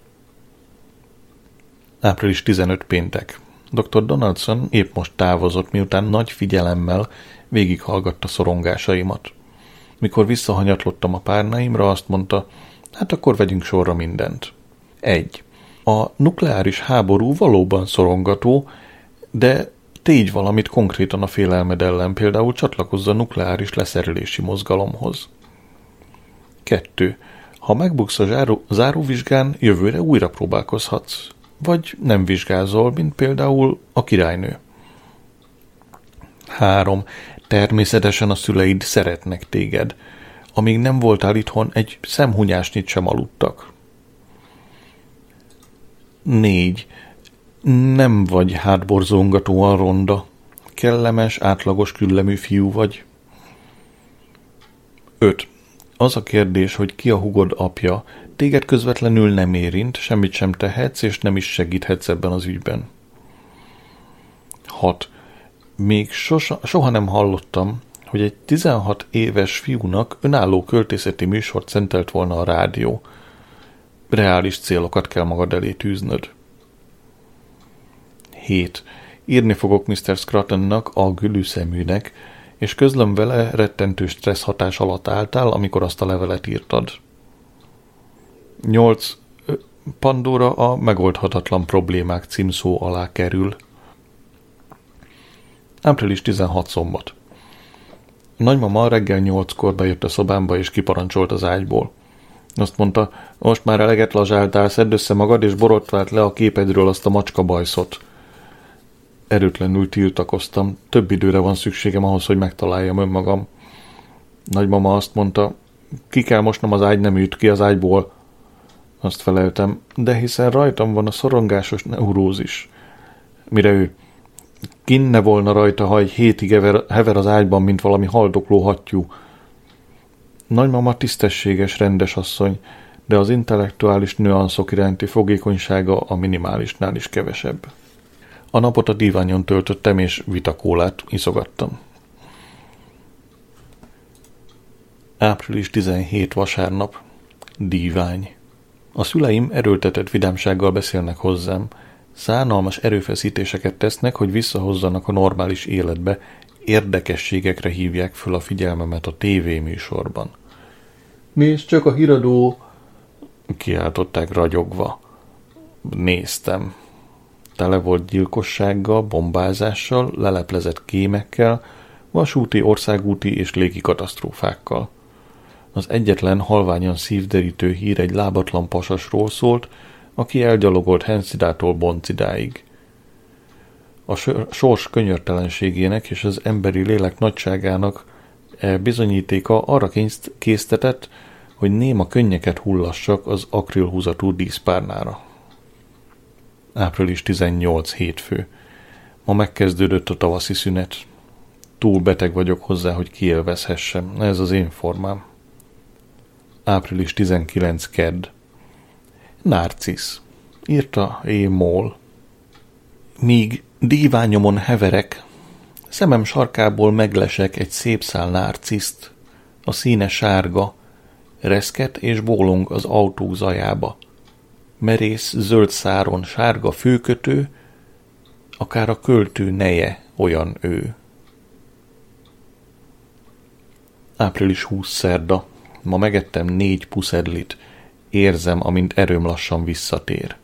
[SPEAKER 1] április tizenötödike péntek. doktor Donaldson épp most távozott, miután nagy figyelemmel végighallgatta szorongásaimat. Mikor visszahanyatlottam a párnáimra, azt mondta, hát akkor vegyünk sorra mindent. egy. A nukleáris háború valóban szorongató, de tégy valamit konkrétan a félelmed ellen, például csatlakozz a nukleáris leszerelési mozgalomhoz. kettő. Ha megbuksz a záró, záróvizsgán, jövőre újra próbálkozhatsz. vagy nem vizsgázol, mint például a királynő. három. Természetesen a szüleid szeretnek téged. Amíg nem voltál itthon, egy szemhunyásnyit sem aludtak. négy. Nem vagy hátborzongatóan ronda. Kellemes, átlagos küllemű fiú vagy. öt. Az a kérdés, hogy ki a hugod apja, téged közvetlenül nem érint, semmit sem tehetsz, és nem is segíthetsz ebben az ügyben. hat. Még sosa, soha nem hallottam, hogy egy tizenhat éves fiúnak önálló költészeti műsort szentelt volna a rádió. Reális célokat kell magad elé tűznöd. hét. Írni fogok miszter Scruttonnak, a gülűszeműnek, és közlöm vele, rettentő stressz hatás alatt álltál, amikor azt a levelet írtad. nyolc. Pandora a megoldhatatlan problémák címszó alá kerül. április tizenhatodika szombat. Nagymama reggel nyolckor bejött a szobámba, és kiparancsolt az ágyból. Azt mondta, most már eleget lazsáltál, szedd össze magad, és borotvált le a képedről azt a macska bajszot. Erőtlenül tiltakoztam, több időre van szükségem ahhoz, hogy megtaláljam önmagam. Nagymama azt mondta, ki kell mosnom az ágyneműt, ki az ágyból. Azt feleltem, de hiszen rajtam van a szorongásos neurózis. Mire ő, kinne volna rajta, ha egy hétig hever, hever az ágyban, mint valami haldokló hattyú. Nagymama tisztességes, rendes asszony, de az intellektuális nüanszok iránti fogékonysága a minimálisnál is kevesebb. A napot a díványon töltöttem, és vitakólát iszogattam. április tizenhetedike vasárnap. Dívány. A szüleim erőltetett vidámsággal beszélnek hozzám, szánalmas erőfeszítéseket tesznek, hogy visszahozzanak a normális életbe, érdekességekre hívják föl a figyelmemet a tévéműsorban. Nézd csak a híradó! Kiáltották ragyogva. Néztem. Tele volt gyilkossággal, bombázással, leleplezett kémekkel, vasúti, országúti és légi katasztrófákkal. Az egyetlen halványan szívderítő hír egy lábatlan pasasról szólt, aki elgyalogolt Henszidától Boncidáig. A sors könyörtelenségének és az emberi lélek nagyságának bizonyítéka arra késztetett, hogy néma könnyeket hullassak az akrilhúzatú díszpárnára. április tizennyolcadika hétfő. Ma megkezdődött a tavaszi szünet. Túl beteg vagyok hozzá, hogy kiélvezhessem. Ez az én formám. április tizenkilencedike kedd. Narcisz. Írta E. Moll. Míg díványomon heverek, szemem sarkából meglesek egy szép szál narciszt. A színe sárga, reszket és bólong az autó zajába. Merész zöld száron sárga főkötő, akár a költő neje, olyan ő. április huszadika szerda. Ma megettem négy puszedlit. Érzem, amint erőm lassan visszatér.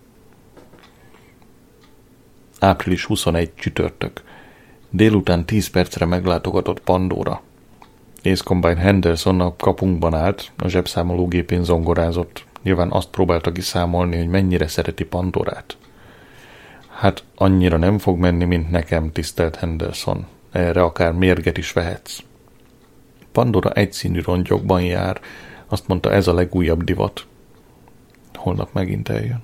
[SPEAKER 1] április huszonegyedike csütörtök. Délután tíz percre meglátogatott Pandora. Ace Combine Henderson a kapunkban állt, a zsebszámológépén zongorázott. Nyilván azt próbálta kiszámolni, hogy mennyire szereti Pandorát. Hát annyira nem fog menni, mint nekem, tisztelt Henderson. Erre akár mérget is vehetsz. Pandora egyszínű rongyokban jár, azt mondta, ez a legújabb divat. Holnap megint eljön.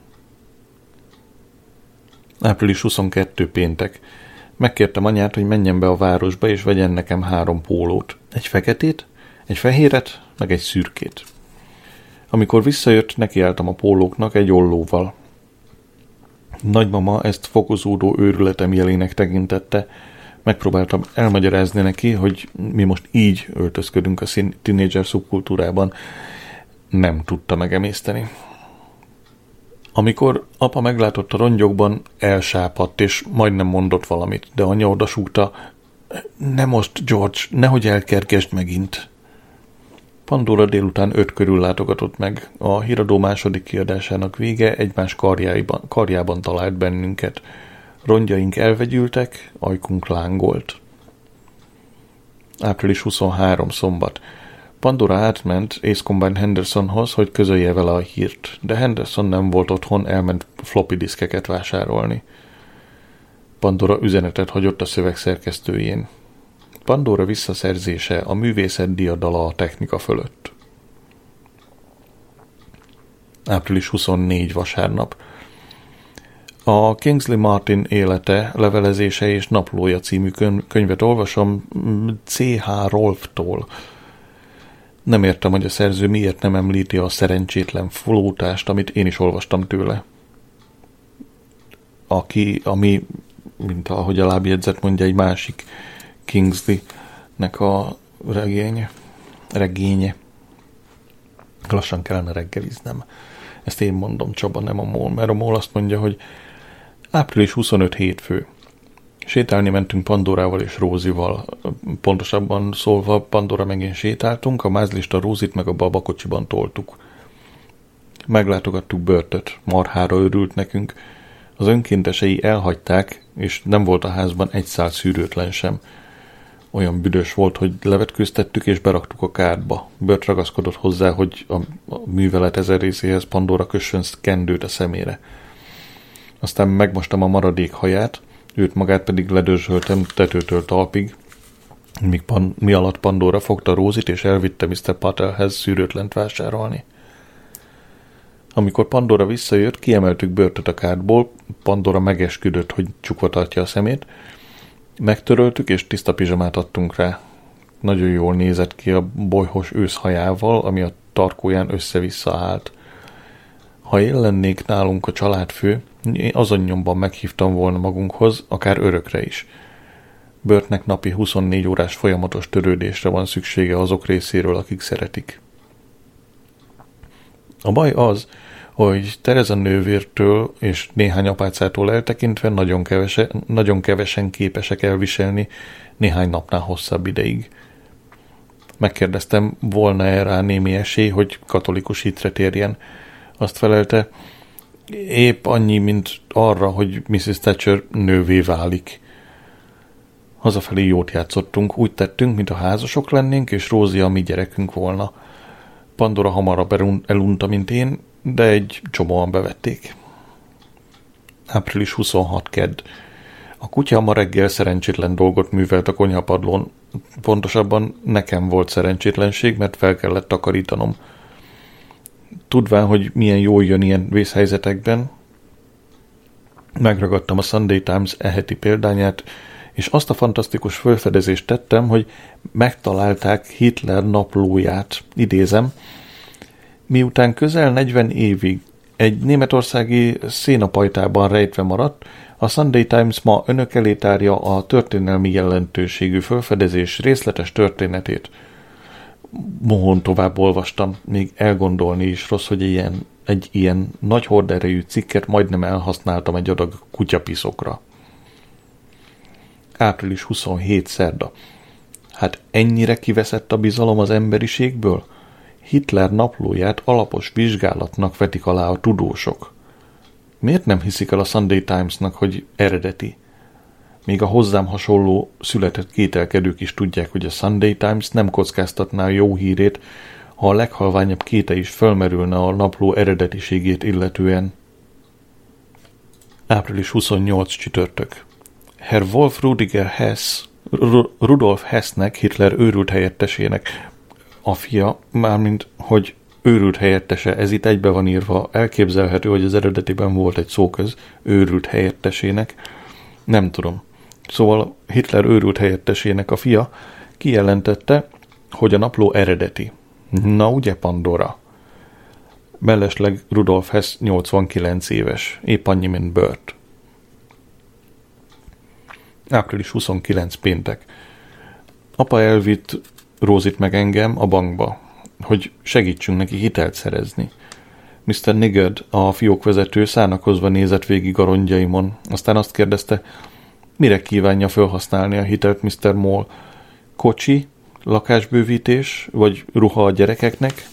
[SPEAKER 1] április huszonkettedike péntek. Megkértem anyát, hogy menjen be a városba, és vegyen nekem három pólót. Egy feketét, egy fehéret, meg egy szürkét. Amikor visszajött, nekiálltam a pólóknak egy ollóval. Nagymama ezt fokozódó őrületem jelének tekintette. Megpróbáltam elmagyarázni neki, hogy mi most így öltözködünk a tínédzser szubkultúrában. Nem tudta megemészteni. Amikor apa meglátott a rongyokban, elsápadt, és majdnem mondott valamit, de anya odasúgta, ne most, George, nehogy elkergesd megint. Pandora délután öt körül látogatott meg. A híradó második kiadásának vége egymás karjában, karjában talált bennünket. Rongyaink elvegyültek, ajkunk lángolt. április huszonharmadika szombat. Pandora átment Ace Combine Hendersonhoz, hogy közölje vele a hírt, de Henderson nem volt otthon, elment floppy diszkeket vásárolni. Pandora üzenetet hagyott a szöveg szerkesztőjén. Pandora visszaszerzése a művészet diadala a technika fölött. április huszonnégy vasárnap. A Kingsley Martin élete, levelezése és naplója című könyvet olvasom cé há Rolftól. Nem értem, hogy a szerző miért nem említi a szerencsétlen fulótást, amit én is olvastam tőle. Aki, ami, mint ahogy a lábjegyzet mondja, egy másik Kingsley-nek a regénye. regénye. Lassan kellene reggeliznem. Ezt én mondom, Csaba, nem a MOL, mert a MOL azt mondja, hogy április huszonöt hétfő. Sétálni mentünk Pandorával és Rózival. Pontosabban szólva, Pandora meg én sétáltunk, a mázlista Rózit meg a babakocsiban toltuk. Meglátogattuk Börtöt, marhára örült nekünk. Az önkéntesei elhagyták, és nem volt a házban egy szál szűrőtlen sem. Olyan büdös volt, hogy levetkőztettük és beraktuk a kádba. Bört ragaszkodott hozzá, hogy a, a művelet ezer részéhez Pandora kössön kendőt a szemére. Aztán megmostam a maradék haját, őt magát pedig ledörzsöltem tetőtől talpig, míg pan, mi alatt Pandora fogta Rózit és elvitte miszter Patelhez szűrőtlent vásárolni. Amikor Pandora visszajött, kiemeltük Börtöt a kádból, Pandora megesküdött, hogy csukva tartja a szemét, megtöröltük és tiszta pizsamát adtunk rá. Nagyon jól nézett ki a bolyhos őszhajával, ami a tarkóján össze-vissza állt. Ha én lennék nálunk a családfő, én azon nyomban meghívtam volna magunkhoz, akár örökre is. Börtnek napi huszonnégy órás folyamatos törődésre van szüksége azok részéről, akik szeretik. A baj az, hogy Tereza nővértől és néhány apácától eltekintve nagyon, kevese, nagyon kevesen képesek elviselni néhány napnál hosszabb ideig. Megkérdeztem, volna-e rá némi esély, hogy katolikus hitre térjen. Azt felelte, épp annyi, mint arra, hogy missziz Thatcher nővé válik. Hazafelé jót játszottunk, úgy tettünk, mint a házasok lennénk, és Rózi a mi gyerekünk volna. Pandora hamarabb elunta, mint én, de egy csomóan bevették. április huszonhat kedd. A kutya ma reggel szerencsétlen dolgot művelt a konyhapadlón. Pontosabban nekem volt szerencsétlenség, mert fel kellett takarítanom. Tudván, hogy milyen jól jön ilyen vészhelyzetekben, megragadtam a Sunday Times eheti példányát, és azt a fantasztikus felfedezést tettem, hogy megtalálták Hitler naplóját, idézem, miután közel negyven évig egy németországi szénapajtában rejtve maradt, a Sunday Times ma önök elé tárja a történelmi jelentőségű felfedezés részletes történetét. Mohón tovább olvastam, még elgondolni is rossz, hogy ilyen, egy ilyen nagy horderejű cikket majdnem elhasználtam egy adag kutyapiszokra. április huszonhét szerda. Hát ennyire kiveszett a bizalom az emberiségből? Hitler naplóját alapos vizsgálatnak vetik alá a tudósok. Miért nem hiszik el a Sunday Timesnak, hogy eredeti? Még a hozzám hasonló született kételkedők is tudják, hogy a Sunday Times nem kockáztatná a jó hírét, ha a leghalványabb kéte is fölmerülne a napló eredetiségét illetően. április huszonnyolc csütörtök. Herr Wolf Rudiger Hess, Rudolf Hessnek, Hitler őrült helyettesének a fia, mármint, hogy őrült helyettese, ez itt egybe van írva, elképzelhető, hogy az eredetiben volt egy szóköz, őrült helyettesének, nem tudom. Szóval Hitler őrült helyettesének a fia kijelentette, hogy a napló eredeti. Na ugye, Pandora? Mellesleg Rudolf Hess nyolcvankilenc éves, épp annyi, mint Bört. április huszonkilenc péntek. Apa elvitt Rózit meg engem a bankba, hogy segítsünk neki hitelt szerezni. miszter Niggard, a fiókvezető szánakozva nézett végig a rongyjaimon, aztán azt kérdezte, mire kívánja felhasználni a hitelt miszter Moll? Kocsi, lakásbővítés, vagy ruha a gyerekeknek?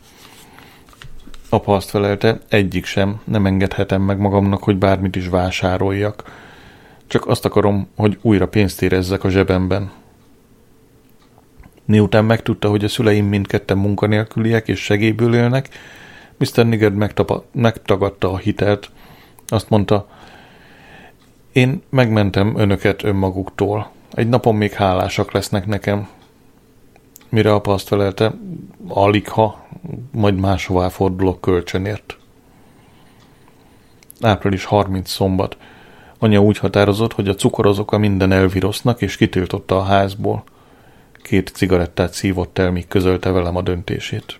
[SPEAKER 1] Apa azt felelte, egyik sem, nem engedhetem meg magamnak, hogy bármit is vásároljak. Csak azt akarom, hogy újra pénzt érezzek a zsebemben. Miután megtudta, hogy a szüleim mindketten munkanélküliek és segélyből élnek, miszter Nigard megtapa- megtagadta a hitelt. Azt mondta, én megmentem önöket önmaguktól. Egy napon még hálásak lesznek nekem. Mire apa azt felelte, aligha, majd máshová fordulok kölcsönért. április harmincadika szombat. Anya úgy határozott, hogy a cukorozóka minden elvirosznak, és kitiltotta a házból. Két cigarettát szívott el, míg közölte velem a döntését.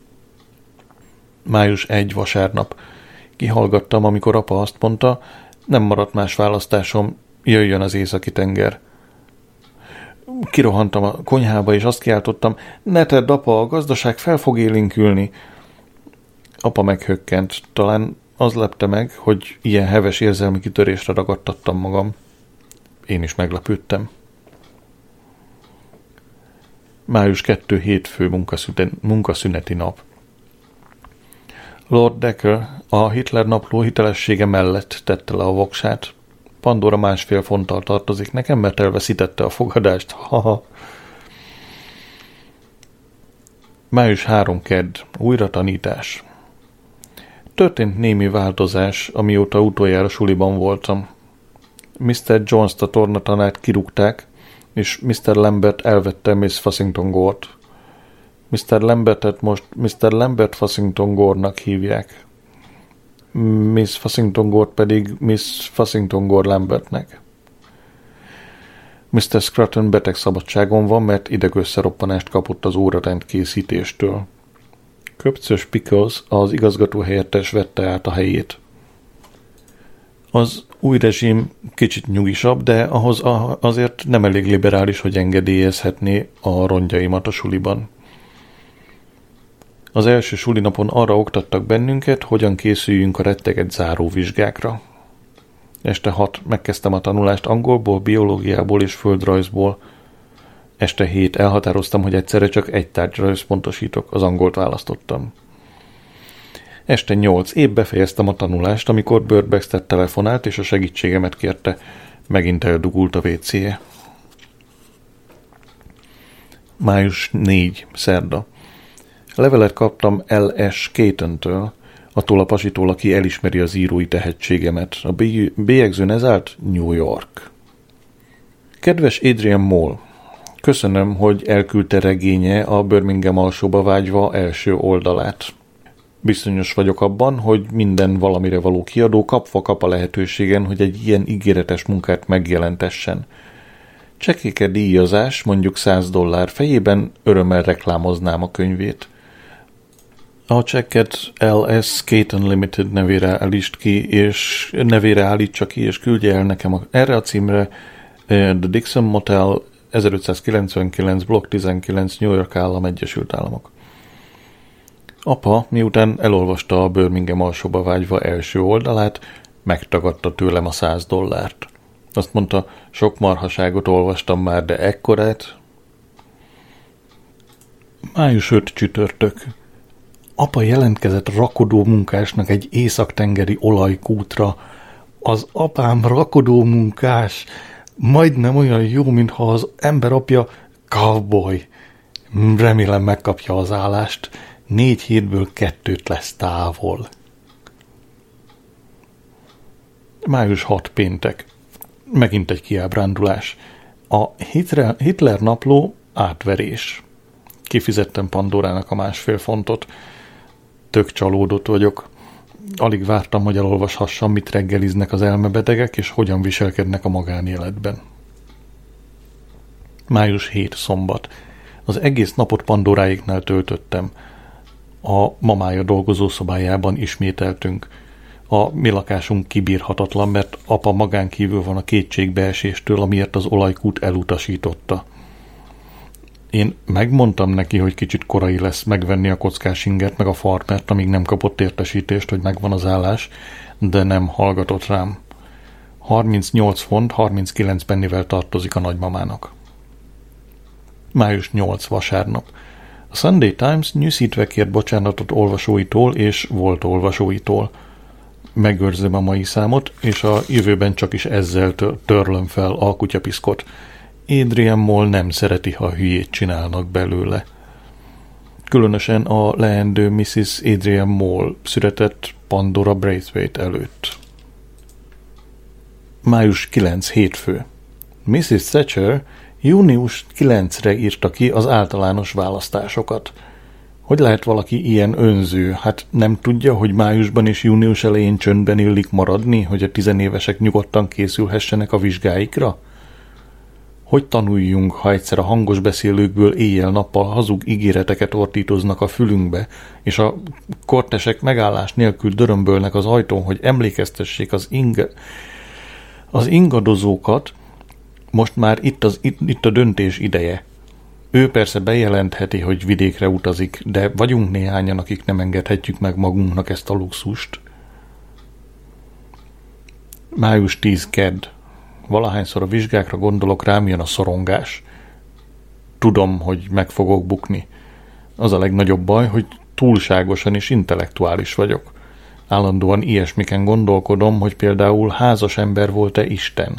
[SPEAKER 1] május elsejé vasárnap. Kihallgattam, amikor apa azt mondta, nem maradt más választásom, jöjjön az északi tenger. Kirohantam a konyhába, és azt kiáltottam, ne tedd, apa, a gazdaság fel fog élénkülni. Apa meghökkent, talán az lepte meg, hogy ilyen heves érzelmi kitörésre ragadtattam magam. Én is meglepődtem. május kettő hétfő munkaszüneti nap. Lord Decker a Hitler napló hitelessége mellett tette le a voksát. Pandora másfél fonttal tartozik nekem, mert elveszítette a fogadást. Haha. május harmadika kedd. Újra tanítás. Történt némi változás, amióta utoljára suliban voltam. miszter Jones-t, a tornatanárt kirúgták, és miszter Lambert elvette Miss Fussington Gore-t. miszter Lambertet most miszter Lambert Fussington Gore-nak hívják. Miss Fussington Gore pedig Miss Fussington Gore Lambertnek. miszter Scruton betegszabadságon van, mert idegösszeroppanást kapott az órarend készítéstől. Köpcös Pickles, az igazgató helyettes vette át a helyét. Az új rezsim kicsit nyugisabb, de ahhoz azért nem elég liberális, hogy engedélyezhetné a rongyaimat a suliban. Az első sulinapon arra oktattak bennünket, hogyan készüljünk a retteget záróvizsgákra. Este hat megkezdtem a tanulást angolból, biológiából és földrajzból. Este hét elhatároztam, hogy egyszerre csak egy tárgyra összpontosítok, az angolt választottam. Este nyolc épp befejeztem a tanulást, amikor Bird Baxter telefonált, és a segítségemet kérte. Megint eldugult a vécéje. május negyedike szerda. Levelet kaptam el es. Caton-től, attól a pasitól, aki elismeri az írói tehetségemet. A bélyegzőn ez állt New York. Kedves Adrian Mole, köszönöm, hogy elküldte regénye a Birmingham alsóba vágyva első oldalát. Bizonyos vagyok abban, hogy minden valamire való kiadó kapva kap a lehetőségen, hogy egy ilyen ígéretes munkát megjelentessen. Csekéke díjazás, mondjuk száz dollár fejében örömmel reklámoznám a könyvét. A csekket el es. Caton Limited nevére állítsd ki, és nevére állítsa ki, és küldje el nekem a, erre a címre The Dixon Motel, ezerötszázkilencvenkilenc, blokk tizenkilenc, New York állam, Egyesült Államok. Apa, miután elolvasta a Birmingham alsóba vágyva első oldalát, megtagadta tőlem a száz dollárt. Azt mondta, sok marhaságot olvastam már, de ekkorát. május ötödike csütörtök. Apa jelentkezett rakodó munkásnak egy északtengeri olajkútra. Az apám rakodó munkás, majdnem olyan jó, mintha az ember apja cowboy. Remélem megkapja az állást. Négy hétből kettőt lesz távol. május hatodika péntek. Megint egy kiábrándulás. A Hitler, Hitler napló átverés. Kifizettem Pandorának a másfél fontot. Tök csalódott vagyok. Alig vártam, hogy elolvashassam, mit reggeliznek az elmebetegek, és hogyan viselkednek a magánéletben. május hetedike szombat. Az egész napot Pandoráéknál töltöttem. A mamája dolgozószobájában ismételtünk. A mi lakásunk kibírhatatlan, mert apa magán kívül van a kétségbeeséstől, amiért az olajkút elutasította. Én megmondtam neki, hogy kicsit korai lesz megvenni a kockás inget meg a farmert, amíg nem kapott értesítést, hogy megvan az állás, de nem hallgatott rám. harmincnyolc font, harminckilenc pennivel tartozik a nagymamának. május nyolcadika vasárnap. A Sunday Times nyűszítve kért bocsánatot olvasóitól és volt olvasóitól. Megőrzöm a mai számot, és a jövőben csak is ezzel törlöm fel a kutyapiszkot. Adrian Mole nem szereti, ha hülyét csinálnak belőle. Különösen a leendő missziz Adrian Mole született Pandora Braithwaite előtt. május kilencedike hétfő. missziz Thatcher június kilencedikére írta ki az általános választásokat. Hogy lehet valaki ilyen önző? Hát nem tudja, hogy májusban és június elején csöndben illik maradni, hogy a tizenévesek nyugodtan készülhessenek a vizsgáikra? Hogy tanuljunk, ha egyszer a hangos beszélőkből éjjel-nappal hazug ígéreteket ordítoznak a fülünkbe, és a kortesek megállás nélkül dörömbölnek az ajtón, hogy emlékeztessék az, inge, az ingadozókat, most már itt, az, itt, itt a döntés ideje. Ő persze bejelentheti, hogy vidékre utazik, de vagyunk néhányan, akik nem engedhetjük meg magunknak ezt a luxust. május tizedike kedd. Valahányszor a vizsgákra gondolok, rám jön a szorongás. Tudom, hogy meg fogok bukni. Az a legnagyobb baj, hogy túlságosan és intellektuális vagyok. Állandóan ilyesmiken gondolkodom, hogy például házas ember volt-e Isten.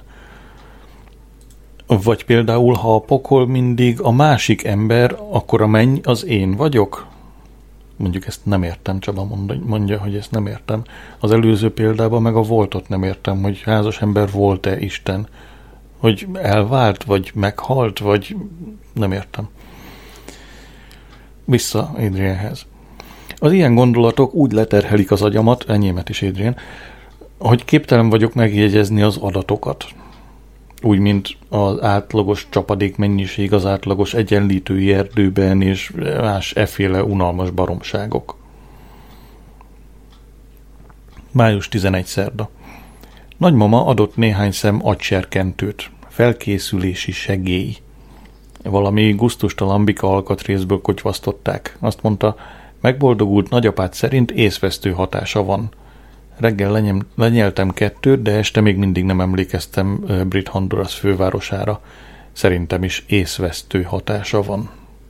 [SPEAKER 1] Vagy például, ha a pokol mindig a másik ember, akkor a menny az én vagyok? Mondjuk ezt nem értem, Csaba mondja, hogy ezt nem értem. Az előző példában meg a voltot nem értem, hogy házas ember volt-e Isten. Hogy elvált, vagy meghalt, vagy nem értem. Vissza Adrianhez. Az ilyen gondolatok úgy leterhelik az agyamat, enyémet is Adrian, hogy képtelen vagyok megjegyezni az adatokat. Úgy, mint az átlagos csapadékmennyiség az átlagos egyenlítői erdőben, és más efféle unalmas baromságok. május tizenegyedike szerda. Nagymama adott néhány szem agyserkentőt, felkészülési segély. Valami gusztustalan bika alkatrészből kotyvasztották. Azt mondta, megboldogult nagyapád szerint észvesztő hatása van. Reggel lenyem, lenyeltem kettőt, de este még mindig nem emlékeztem Brit Honduras fővárosára. Szerintem is észvesztő hatása van.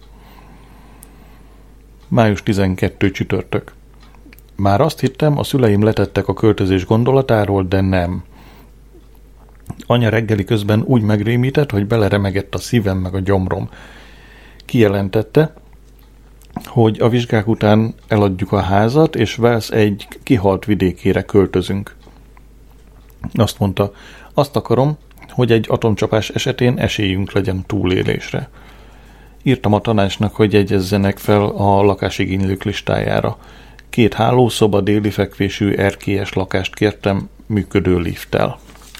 [SPEAKER 1] május tizenkettedike csütörtök. Már azt hittem, a szüleim letettek a költözés gondolatáról, de nem. Anya reggeli közben úgy megrémített, hogy beleremegett a szívem meg a gyomrom. Kijelentette, hogy a vizsgák után eladjuk a házat, és Wales egy kihalt vidékére költözünk. Azt mondta, azt akarom, hogy egy atomcsapás esetén esélyünk legyen túlélésre. Írtam a tanácsnak, hogy jegyezzenek fel a lakásigénylők listájára. Két hálószoba, déli fekvésű, erkélyes lakást kértem működő lifttel.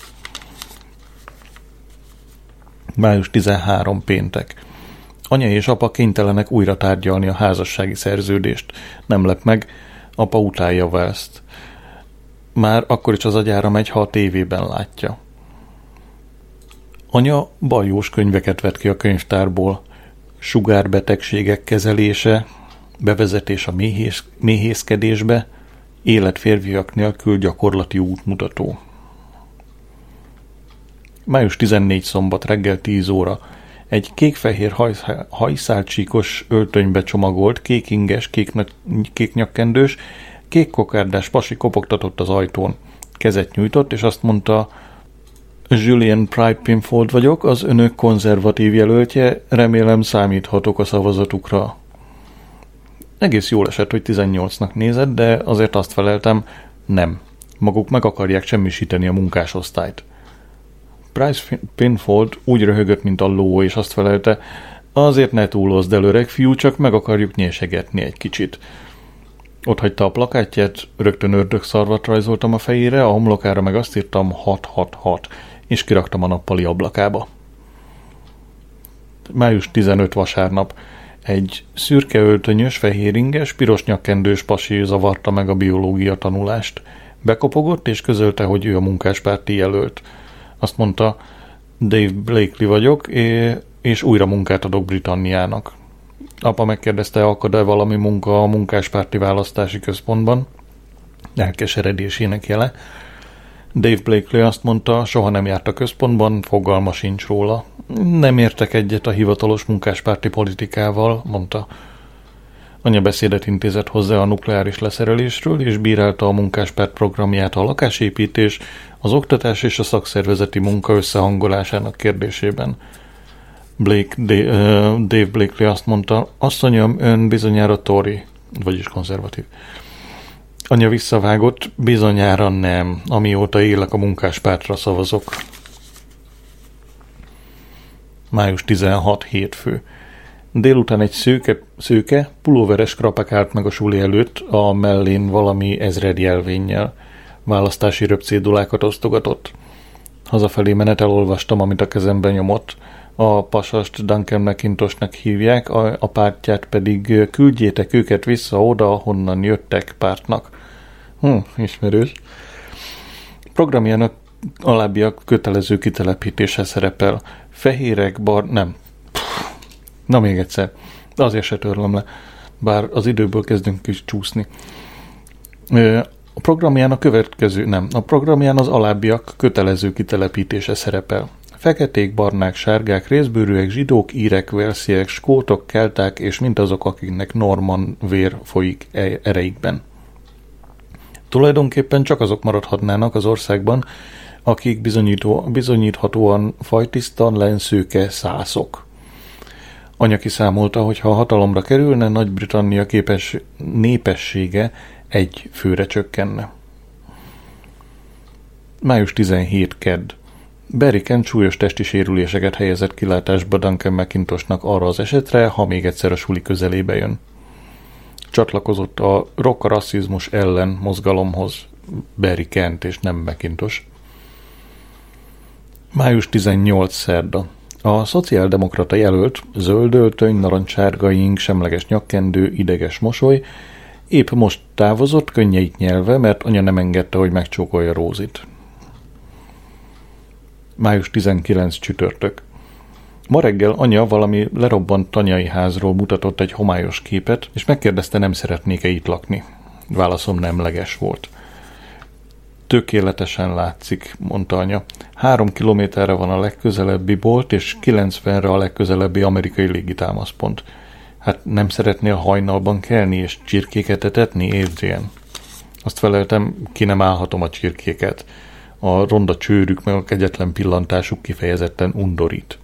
[SPEAKER 1] május tizenharmadika péntek. Anya és apa kénytelenek újra tárgyalni a házassági szerződést. Nem lep meg, apa utálja Walest. Már akkor is az agyára megy, ha a tévében látja. Anya baljós könyveket vett ki a könyvtárból. Sugárbetegségek kezelése, bevezetés a méhész, méhészkedésbe, élet férfiak nélkül gyakorlati útmutató. május tizennégyedike szombat reggel tíz óra. Egy kék-fehér hajszálcsíkos öltönybe csomagolt, kékinges, kéknyakkendős, kékkokárdás pasi kopogtatott az ajtón. Kezet nyújtott, és azt mondta, Julian Pryde Pinfold vagyok, az önök konzervatív jelöltje, remélem számíthatok a szavazatukra. Egész jól esett, hogy tizennyolcnak nézett, de azért azt feleltem, nem. Maguk meg akarják semmisíteni a munkásosztályt. Price Pinfold úgy röhögött, mint a ló, és azt felelte, azért ne túlozd el, öreg fiú, csak meg akarjuk nyesegetni egy kicsit. Ott hagyta a plakátját, rögtön ördögszarvat rajzoltam a fejére, a homlokára meg azt írtam hat hat hat, és kiraktam a nappali ablakába. május tizenötödike vasárnap. Egy szürke öltönyös, fehéringes, piros nyakkendős pasi zavarta meg a biológia tanulást. Bekopogott, és közölte, hogy ő a munkáspárti jelölt. Azt mondta, Dave Blakely vagyok, és újra munkát adok Britanniának. Apa megkérdezte, akad-e valami munka a munkáspárti választási központban. Elkeseredésének jele. Dave Blakely azt mondta, soha nem járt a központban, fogalma sincs róla. Nem értek egyet a hivatalos munkáspárti politikával, mondta. Anya beszédet intézett hozzá a nukleáris leszerelésről, és bírálta a munkáspárt programját a lakásépítés, az oktatás és a szakszervezeti munka összehangolásának kérdésében. Blake, Dave Blakely azt mondta, asszonyom, ön bizonyára Tory, vagyis konzervatív. Anya visszavágott, bizonyára nem, amióta élek a munkáspártra szavazok. május tizenhatodika hétfő. Délután egy szőke, szőke pulóveres krapek állt meg a suli előtt, a mellén valami ezred jelvénnyel. Választási röpcédulákat osztogatott. Hazafelé menet elolvastam, amit a kezemben nyomott. A pasast Duncan McIntoshnak hívják, a, a pártját pedig küldjétek őket vissza oda, honnan jöttek pártnak. Hm, ismerős. Programjának alábbiak kötelező kitelepítése szerepel. Fehérek, bar... nem. Na még egyszer. Azért se törlöm le. Bár az időből kezdünk is csúszni. A programján a következő... Nem. A programján az alábbiak kötelező kitelepítése szerepel. Feketék, barnák, sárgák, részbőrűek, zsidók, írek, velsziek, skótok, kelták és mindazok, akiknek norman vér folyik ereikben. Tulajdonképpen csak azok maradhatnának az országban, akik bizonyító, bizonyíthatóan fajtisztan lenszőke szászok. Anya kiszámolta, hogy ha a hatalomra kerülne, Nagy-Britannia képes népessége egy főre csökkenne. május tizenhetedike kedd. Barry Kent súlyos testi sérüléseket helyezett kilátásba Duncan McIntoshnak arra az esetre, ha még egyszer a suli közelébe jön. Csatlakozott a rock a rasszizmus ellen mozgalomhoz Barry Kent és nem McIntosh. május tizennyolcadika szerda. A szociáldemokrata jelölt, zöld öltöny, narancssárga ing, semleges nyakkendő, ideges mosoly, épp most távozott, könnyeit nyelve, mert anya nem engedte, hogy megcsókolja Rózit. május tizenkilencedike csütörtök. Ma reggel anya valami lerobbant tanyai házról mutatott egy homályos képet, és megkérdezte, nem szeretnék-e itt lakni. Válaszom nemleges volt. Tökéletesen látszik, mondta anya. Három kilométerre van a legközelebbi bolt, és kilencvenre a legközelebbi amerikai légitámaszpont. Hát nem szeretnél hajnalban kelni és csirkéket etetni, Adrian? Azt feleltem, ki nem állhatom a csirkéket. A ronda csőrük meg a kegyetlen pillantásuk kifejezetten undorít.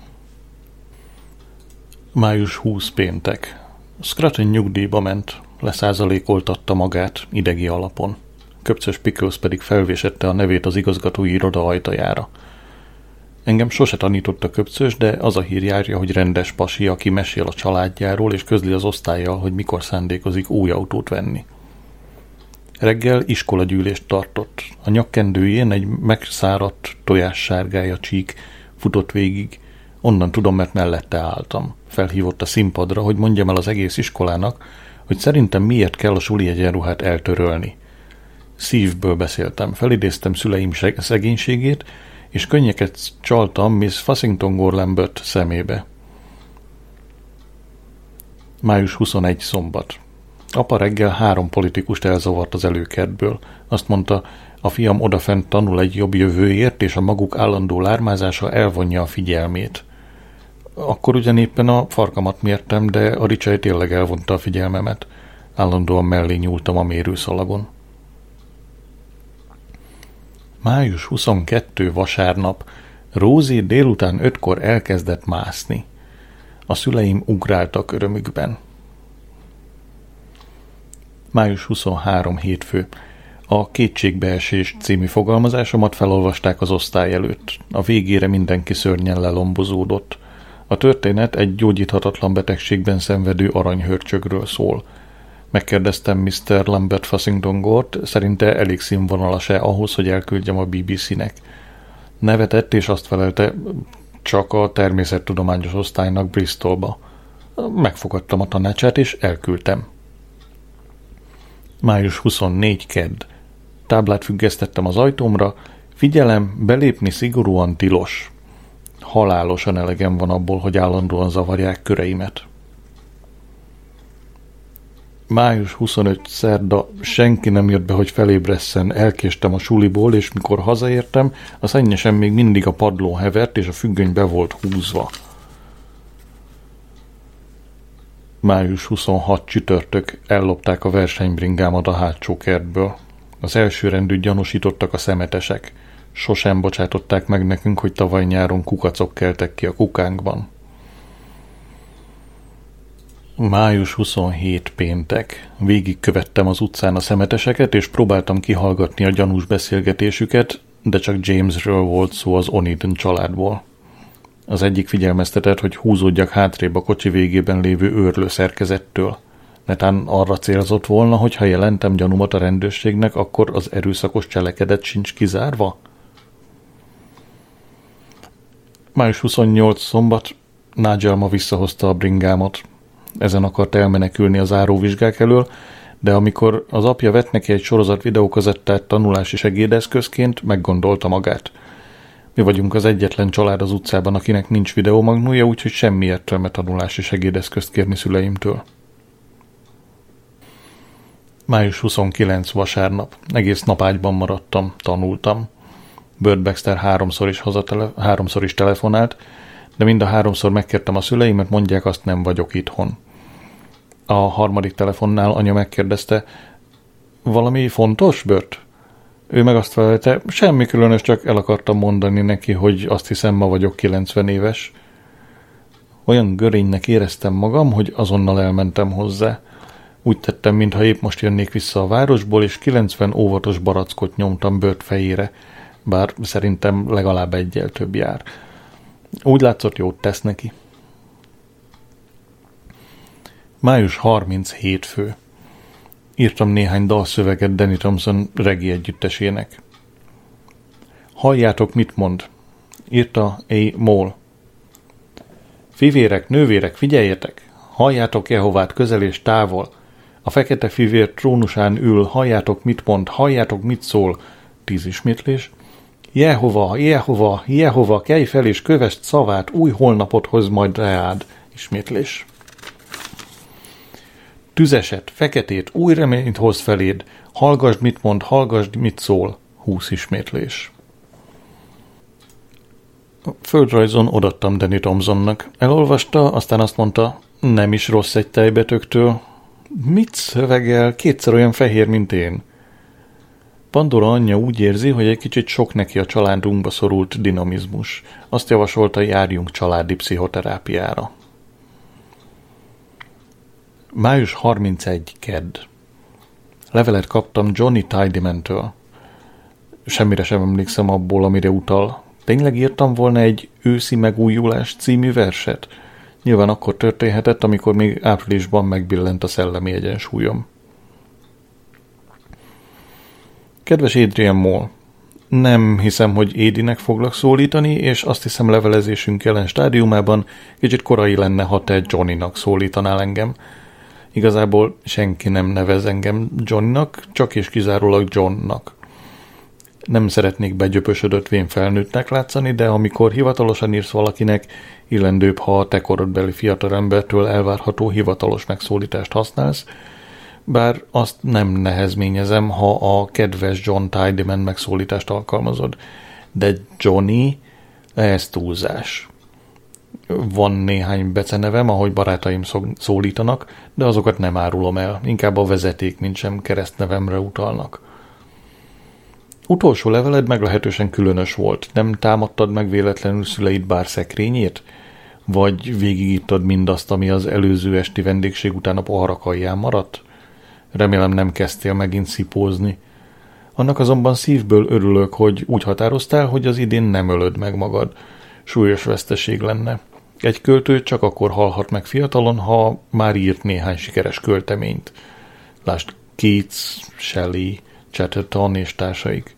[SPEAKER 1] május huszadika péntek. Scruton nyugdíjba ment, leszázalékoltatta magát idegi alapon. Köpcös Pickles pedig felvésette a nevét az igazgatói iroda ajtajára. Engem sose tanította Köpcös, de az a hír járja, hogy rendes pasi, aki mesél a családjáról, és közli az osztállyal, hogy mikor szándékozik új autót venni. Reggel iskolagyűlést tartott. A nyakkendőjén egy megszáradt tojássárgája csík futott végig. Onnan tudom, mert mellette álltam. Felhívott a színpadra, hogy mondjam el az egész iskolának, hogy szerintem miért kell a suli egyenruhát eltörölni. Szívből beszéltem, felidéztem szüleim szegénységét, és könnyeket csaltam Miss Fussington Gore-Lambert szemébe. május huszonegyedike szombat. Apa reggel három politikust elzavart az előkertből. Azt mondta, a fiam odafent tanul egy jobb jövőért, és a maguk állandó lármázása elvonja a figyelmét. Akkor ugyan éppen a farkamat mértem, de a ricsely tényleg elvonta a figyelmemet. Állandóan mellé nyúltam a mérőszalagon. május huszonkettedike vasárnap. Rózi délután ötkor elkezdett mászni. A szüleim ugráltak örömükben. május huszonharmadika hétfő. A Kétségbeesés című fogalmazásomat felolvasták az osztály előtt. A végére mindenki szörnyen lelombozódott. A történet egy gyógyíthatatlan betegségben szenvedő aranyhörcsögről szól. Megkérdeztem miszter Lambert Fussington Gore-t, szerinte elég színvonalas-e ahhoz, hogy elküldjem a bé bé cé-nek. Nevetett, és azt felelte, csak a természettudományos osztálynak Bristolba. Megfogadtam a tanácsát, és elküldtem. május huszonnegyedike kedd. Táblát függesztettem az ajtómra. Figyelem, belépni szigorúan tilos. Halálosan elegem van abból, hogy állandóan zavarják köreimet. május huszonötödike szerda, senki nem jött be, hogy felébresszen, elkéstem a suliból, és mikor hazaértem, a szennyesen még mindig a padlón hevert, és a függöny be volt húzva. május huszonhatodika csütörtök, ellopták a versenybringámat a hátsó kertből. Az elsőrendű gyanúsítottak a szemetesek. Sosem bocsátották meg nekünk, hogy tavaly nyáron kukacok keltek ki a kukánkban. május huszonhetedike péntek. Végigkövettem az utcán a szemeteseket, és próbáltam kihallgatni a gyanús beszélgetésüket, de csak Jamesről volt szó az O'Needon családból. Az egyik figyelmeztetett, hogy húzódjak hátrébb a kocsi végében lévő őrlő szerkezettől. Netán arra célzott volna, hogy ha jelentem gyanúmat a rendőrségnek, akkor az erőszakos cselekedet sincs kizárva? május huszonnyolcadika szombat. Nigel ma visszahozta a bringámat. Ezen akart elmenekülni az áróvizsgák elől, de amikor az apja vett neki egy sorozat videókazettát tanulási segédeszközként, meggondolta magát. Mi vagyunk az egyetlen család az utcában, akinek nincs videómagnója, úgyhogy semmi értelme tanulási segédeszközt kérni szüleimtől. május huszonkilencedike vasárnap. Egész nap ágyban maradtam, tanultam. Burt Baxter háromszor is, hazatele- háromszor is telefonált, de mind a háromszor megkértem a szüleimet, mondják, azt nem vagyok itthon. A harmadik telefonnál anya megkérdezte, valami fontos, Burt? Ő meg azt felelte, semmi különös, csak el akartam mondani neki, hogy azt hiszem, ma vagyok kilencven éves. Olyan görénynek éreztem magam, hogy azonnal elmentem hozzá. Úgy tettem, mintha épp most jönnék vissza a városból, és kilencven óvatos barackot nyomtam Burt fejére, bár szerintem legalább egyel több jár. Úgy látszott, jót tesz neki. május harmincadika hétfő. Írtam néhány dalszöveget Danny Thompson reggae együttesének. Halljátok, mit mond. Írta A. Moll. Fivérek, nővérek, figyeljetek! Halljátok Jehovát közel és távol! A fekete fivér trónusán ül, halljátok, mit mond, halljátok, mit szól. Tíz ismétlés. Jehova, Jehova, Jehova, kelj fel és kövesd szavát, új holnapot hoz majd reád. Ismétlés. Tüzeset, feketét, új reményt hoz feléd, hallgasd, mit mond, hallgasd, mit szól. Húsz ismétlés. A földrajzon odattam Danny Thompsonnak. Elolvasta, aztán azt mondta, nem is rossz egy tejbetőktől. Mit szövegel, kétszer olyan fehér, mint én. Pandora anyja úgy érzi, hogy egy kicsit sok neki a családunkba szorult dinamizmus. Azt javasolta, járjunk családi pszichoterápiára. május harmincegyedike kedd. Levelet kaptam Johnny Tidyman-től. Semmire sem emlékszem abból, amire utal. Tényleg írtam volna egy Őszi megújulás című verset? Nyilván akkor történhetett, amikor még áprilisban megbillent a szellemi egyensúlyom. Kedves Adrian Moll, nem hiszem, hogy Édinek foglak szólítani, és azt hiszem, levelezésünk jelen stádiumában kicsit korai lenne, ha te Johnnynak szólítanál engem. Igazából senki nem nevez engem Johnnynak, csak és kizárólag Johnnak. Nem szeretnék begyöpösödött vén felnőttnek látszani, de amikor hivatalosan írsz valakinek, illendőbb, ha a te korodbeli fiatalembertől elvárható hivatalos megszólítást használsz, bár azt nem nehezményezem, ha a kedves John Tidyman megszólítást alkalmazod. De Johnny, ez túlzás. Van néhány becenevem, ahogy barátaim szólítanak, de azokat nem árulom el. Inkább a vezeték, mint sem keresztnevemre utalnak. Utolsó leveled meglehetősen különös volt. Nem támadtad meg véletlenül szüleid bár szekrényét? Vagy végigírtad mindazt, ami az előző esti vendégség után a poharak alján maradt? Remélem nem kezdtél megint szipózni. Annak azonban szívből örülök, hogy úgy határoztál, hogy az idén nem ölöd meg magad. Súlyos veszteség lenne. Egy költő csak akkor halhat meg fiatalon, ha már írt néhány sikeres költeményt. Lásd Keats, Shelley, Chatterton és társaik.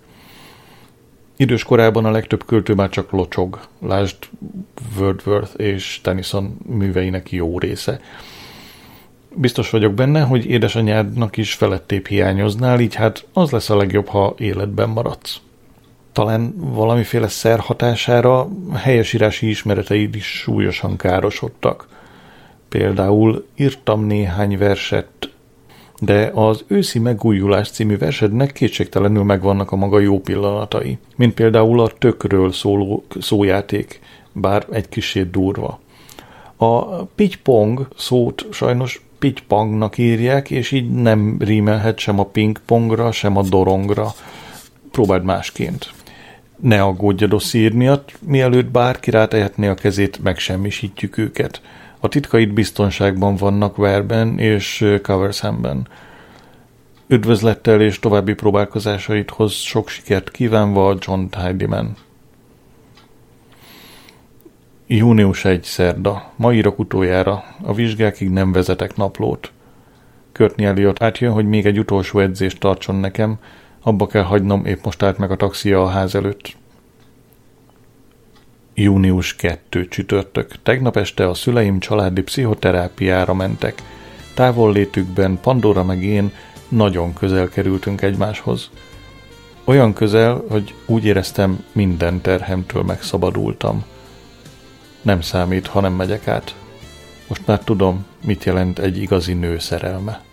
[SPEAKER 1] Idős korában a legtöbb költő már csak locsog. Lásd Wordsworth és Tennyson műveinek jó része. Biztos vagyok benne, hogy édesanyádnak is felettébb hiányoznál, így hát az lesz a legjobb, ha életben maradsz. Talán valamiféle szer hatására helyesírási ismereteid is súlyosan károsodtak. Például írtam néhány verset, de az Őszi megújulás című versednek kétségtelenül megvannak a maga jó pillanatai, mint például a tökről szóló szójáték, bár egy kicsit durva. A pitty-pong szót sajnos pitty-pongnak írják, és így nem rímelhet sem a ping-pongra, sem a dorongra. Próbáld másként. Ne aggódj a dosszír miatt, mielőtt bárki rátehetné a kezét, megsemmisítjük őket. A titkaid biztonságban vannak Wareben és Coversamben. Üdvözlettel és további próbálkozásaidhoz sok sikert kívánva, John Tidyman. június elseje szerda. Ma írok utoljára. A vizsgákig nem vezetek naplót. Courtney Elliot átjön, hogy még egy utolsó edzést tartson nekem. Abba kell hagynom, épp most állt meg a taxia a ház előtt. június kettő csütörtök. Tegnap este a szüleim családi pszichoterápiára mentek. Távollétükben Pandora meg én nagyon közel kerültünk egymáshoz. Olyan közel, hogy úgy éreztem, minden terhemtől megszabadultam. Nem számít, ha nem megyek át. Most már tudom, mit jelent egy igazi nő szerelme.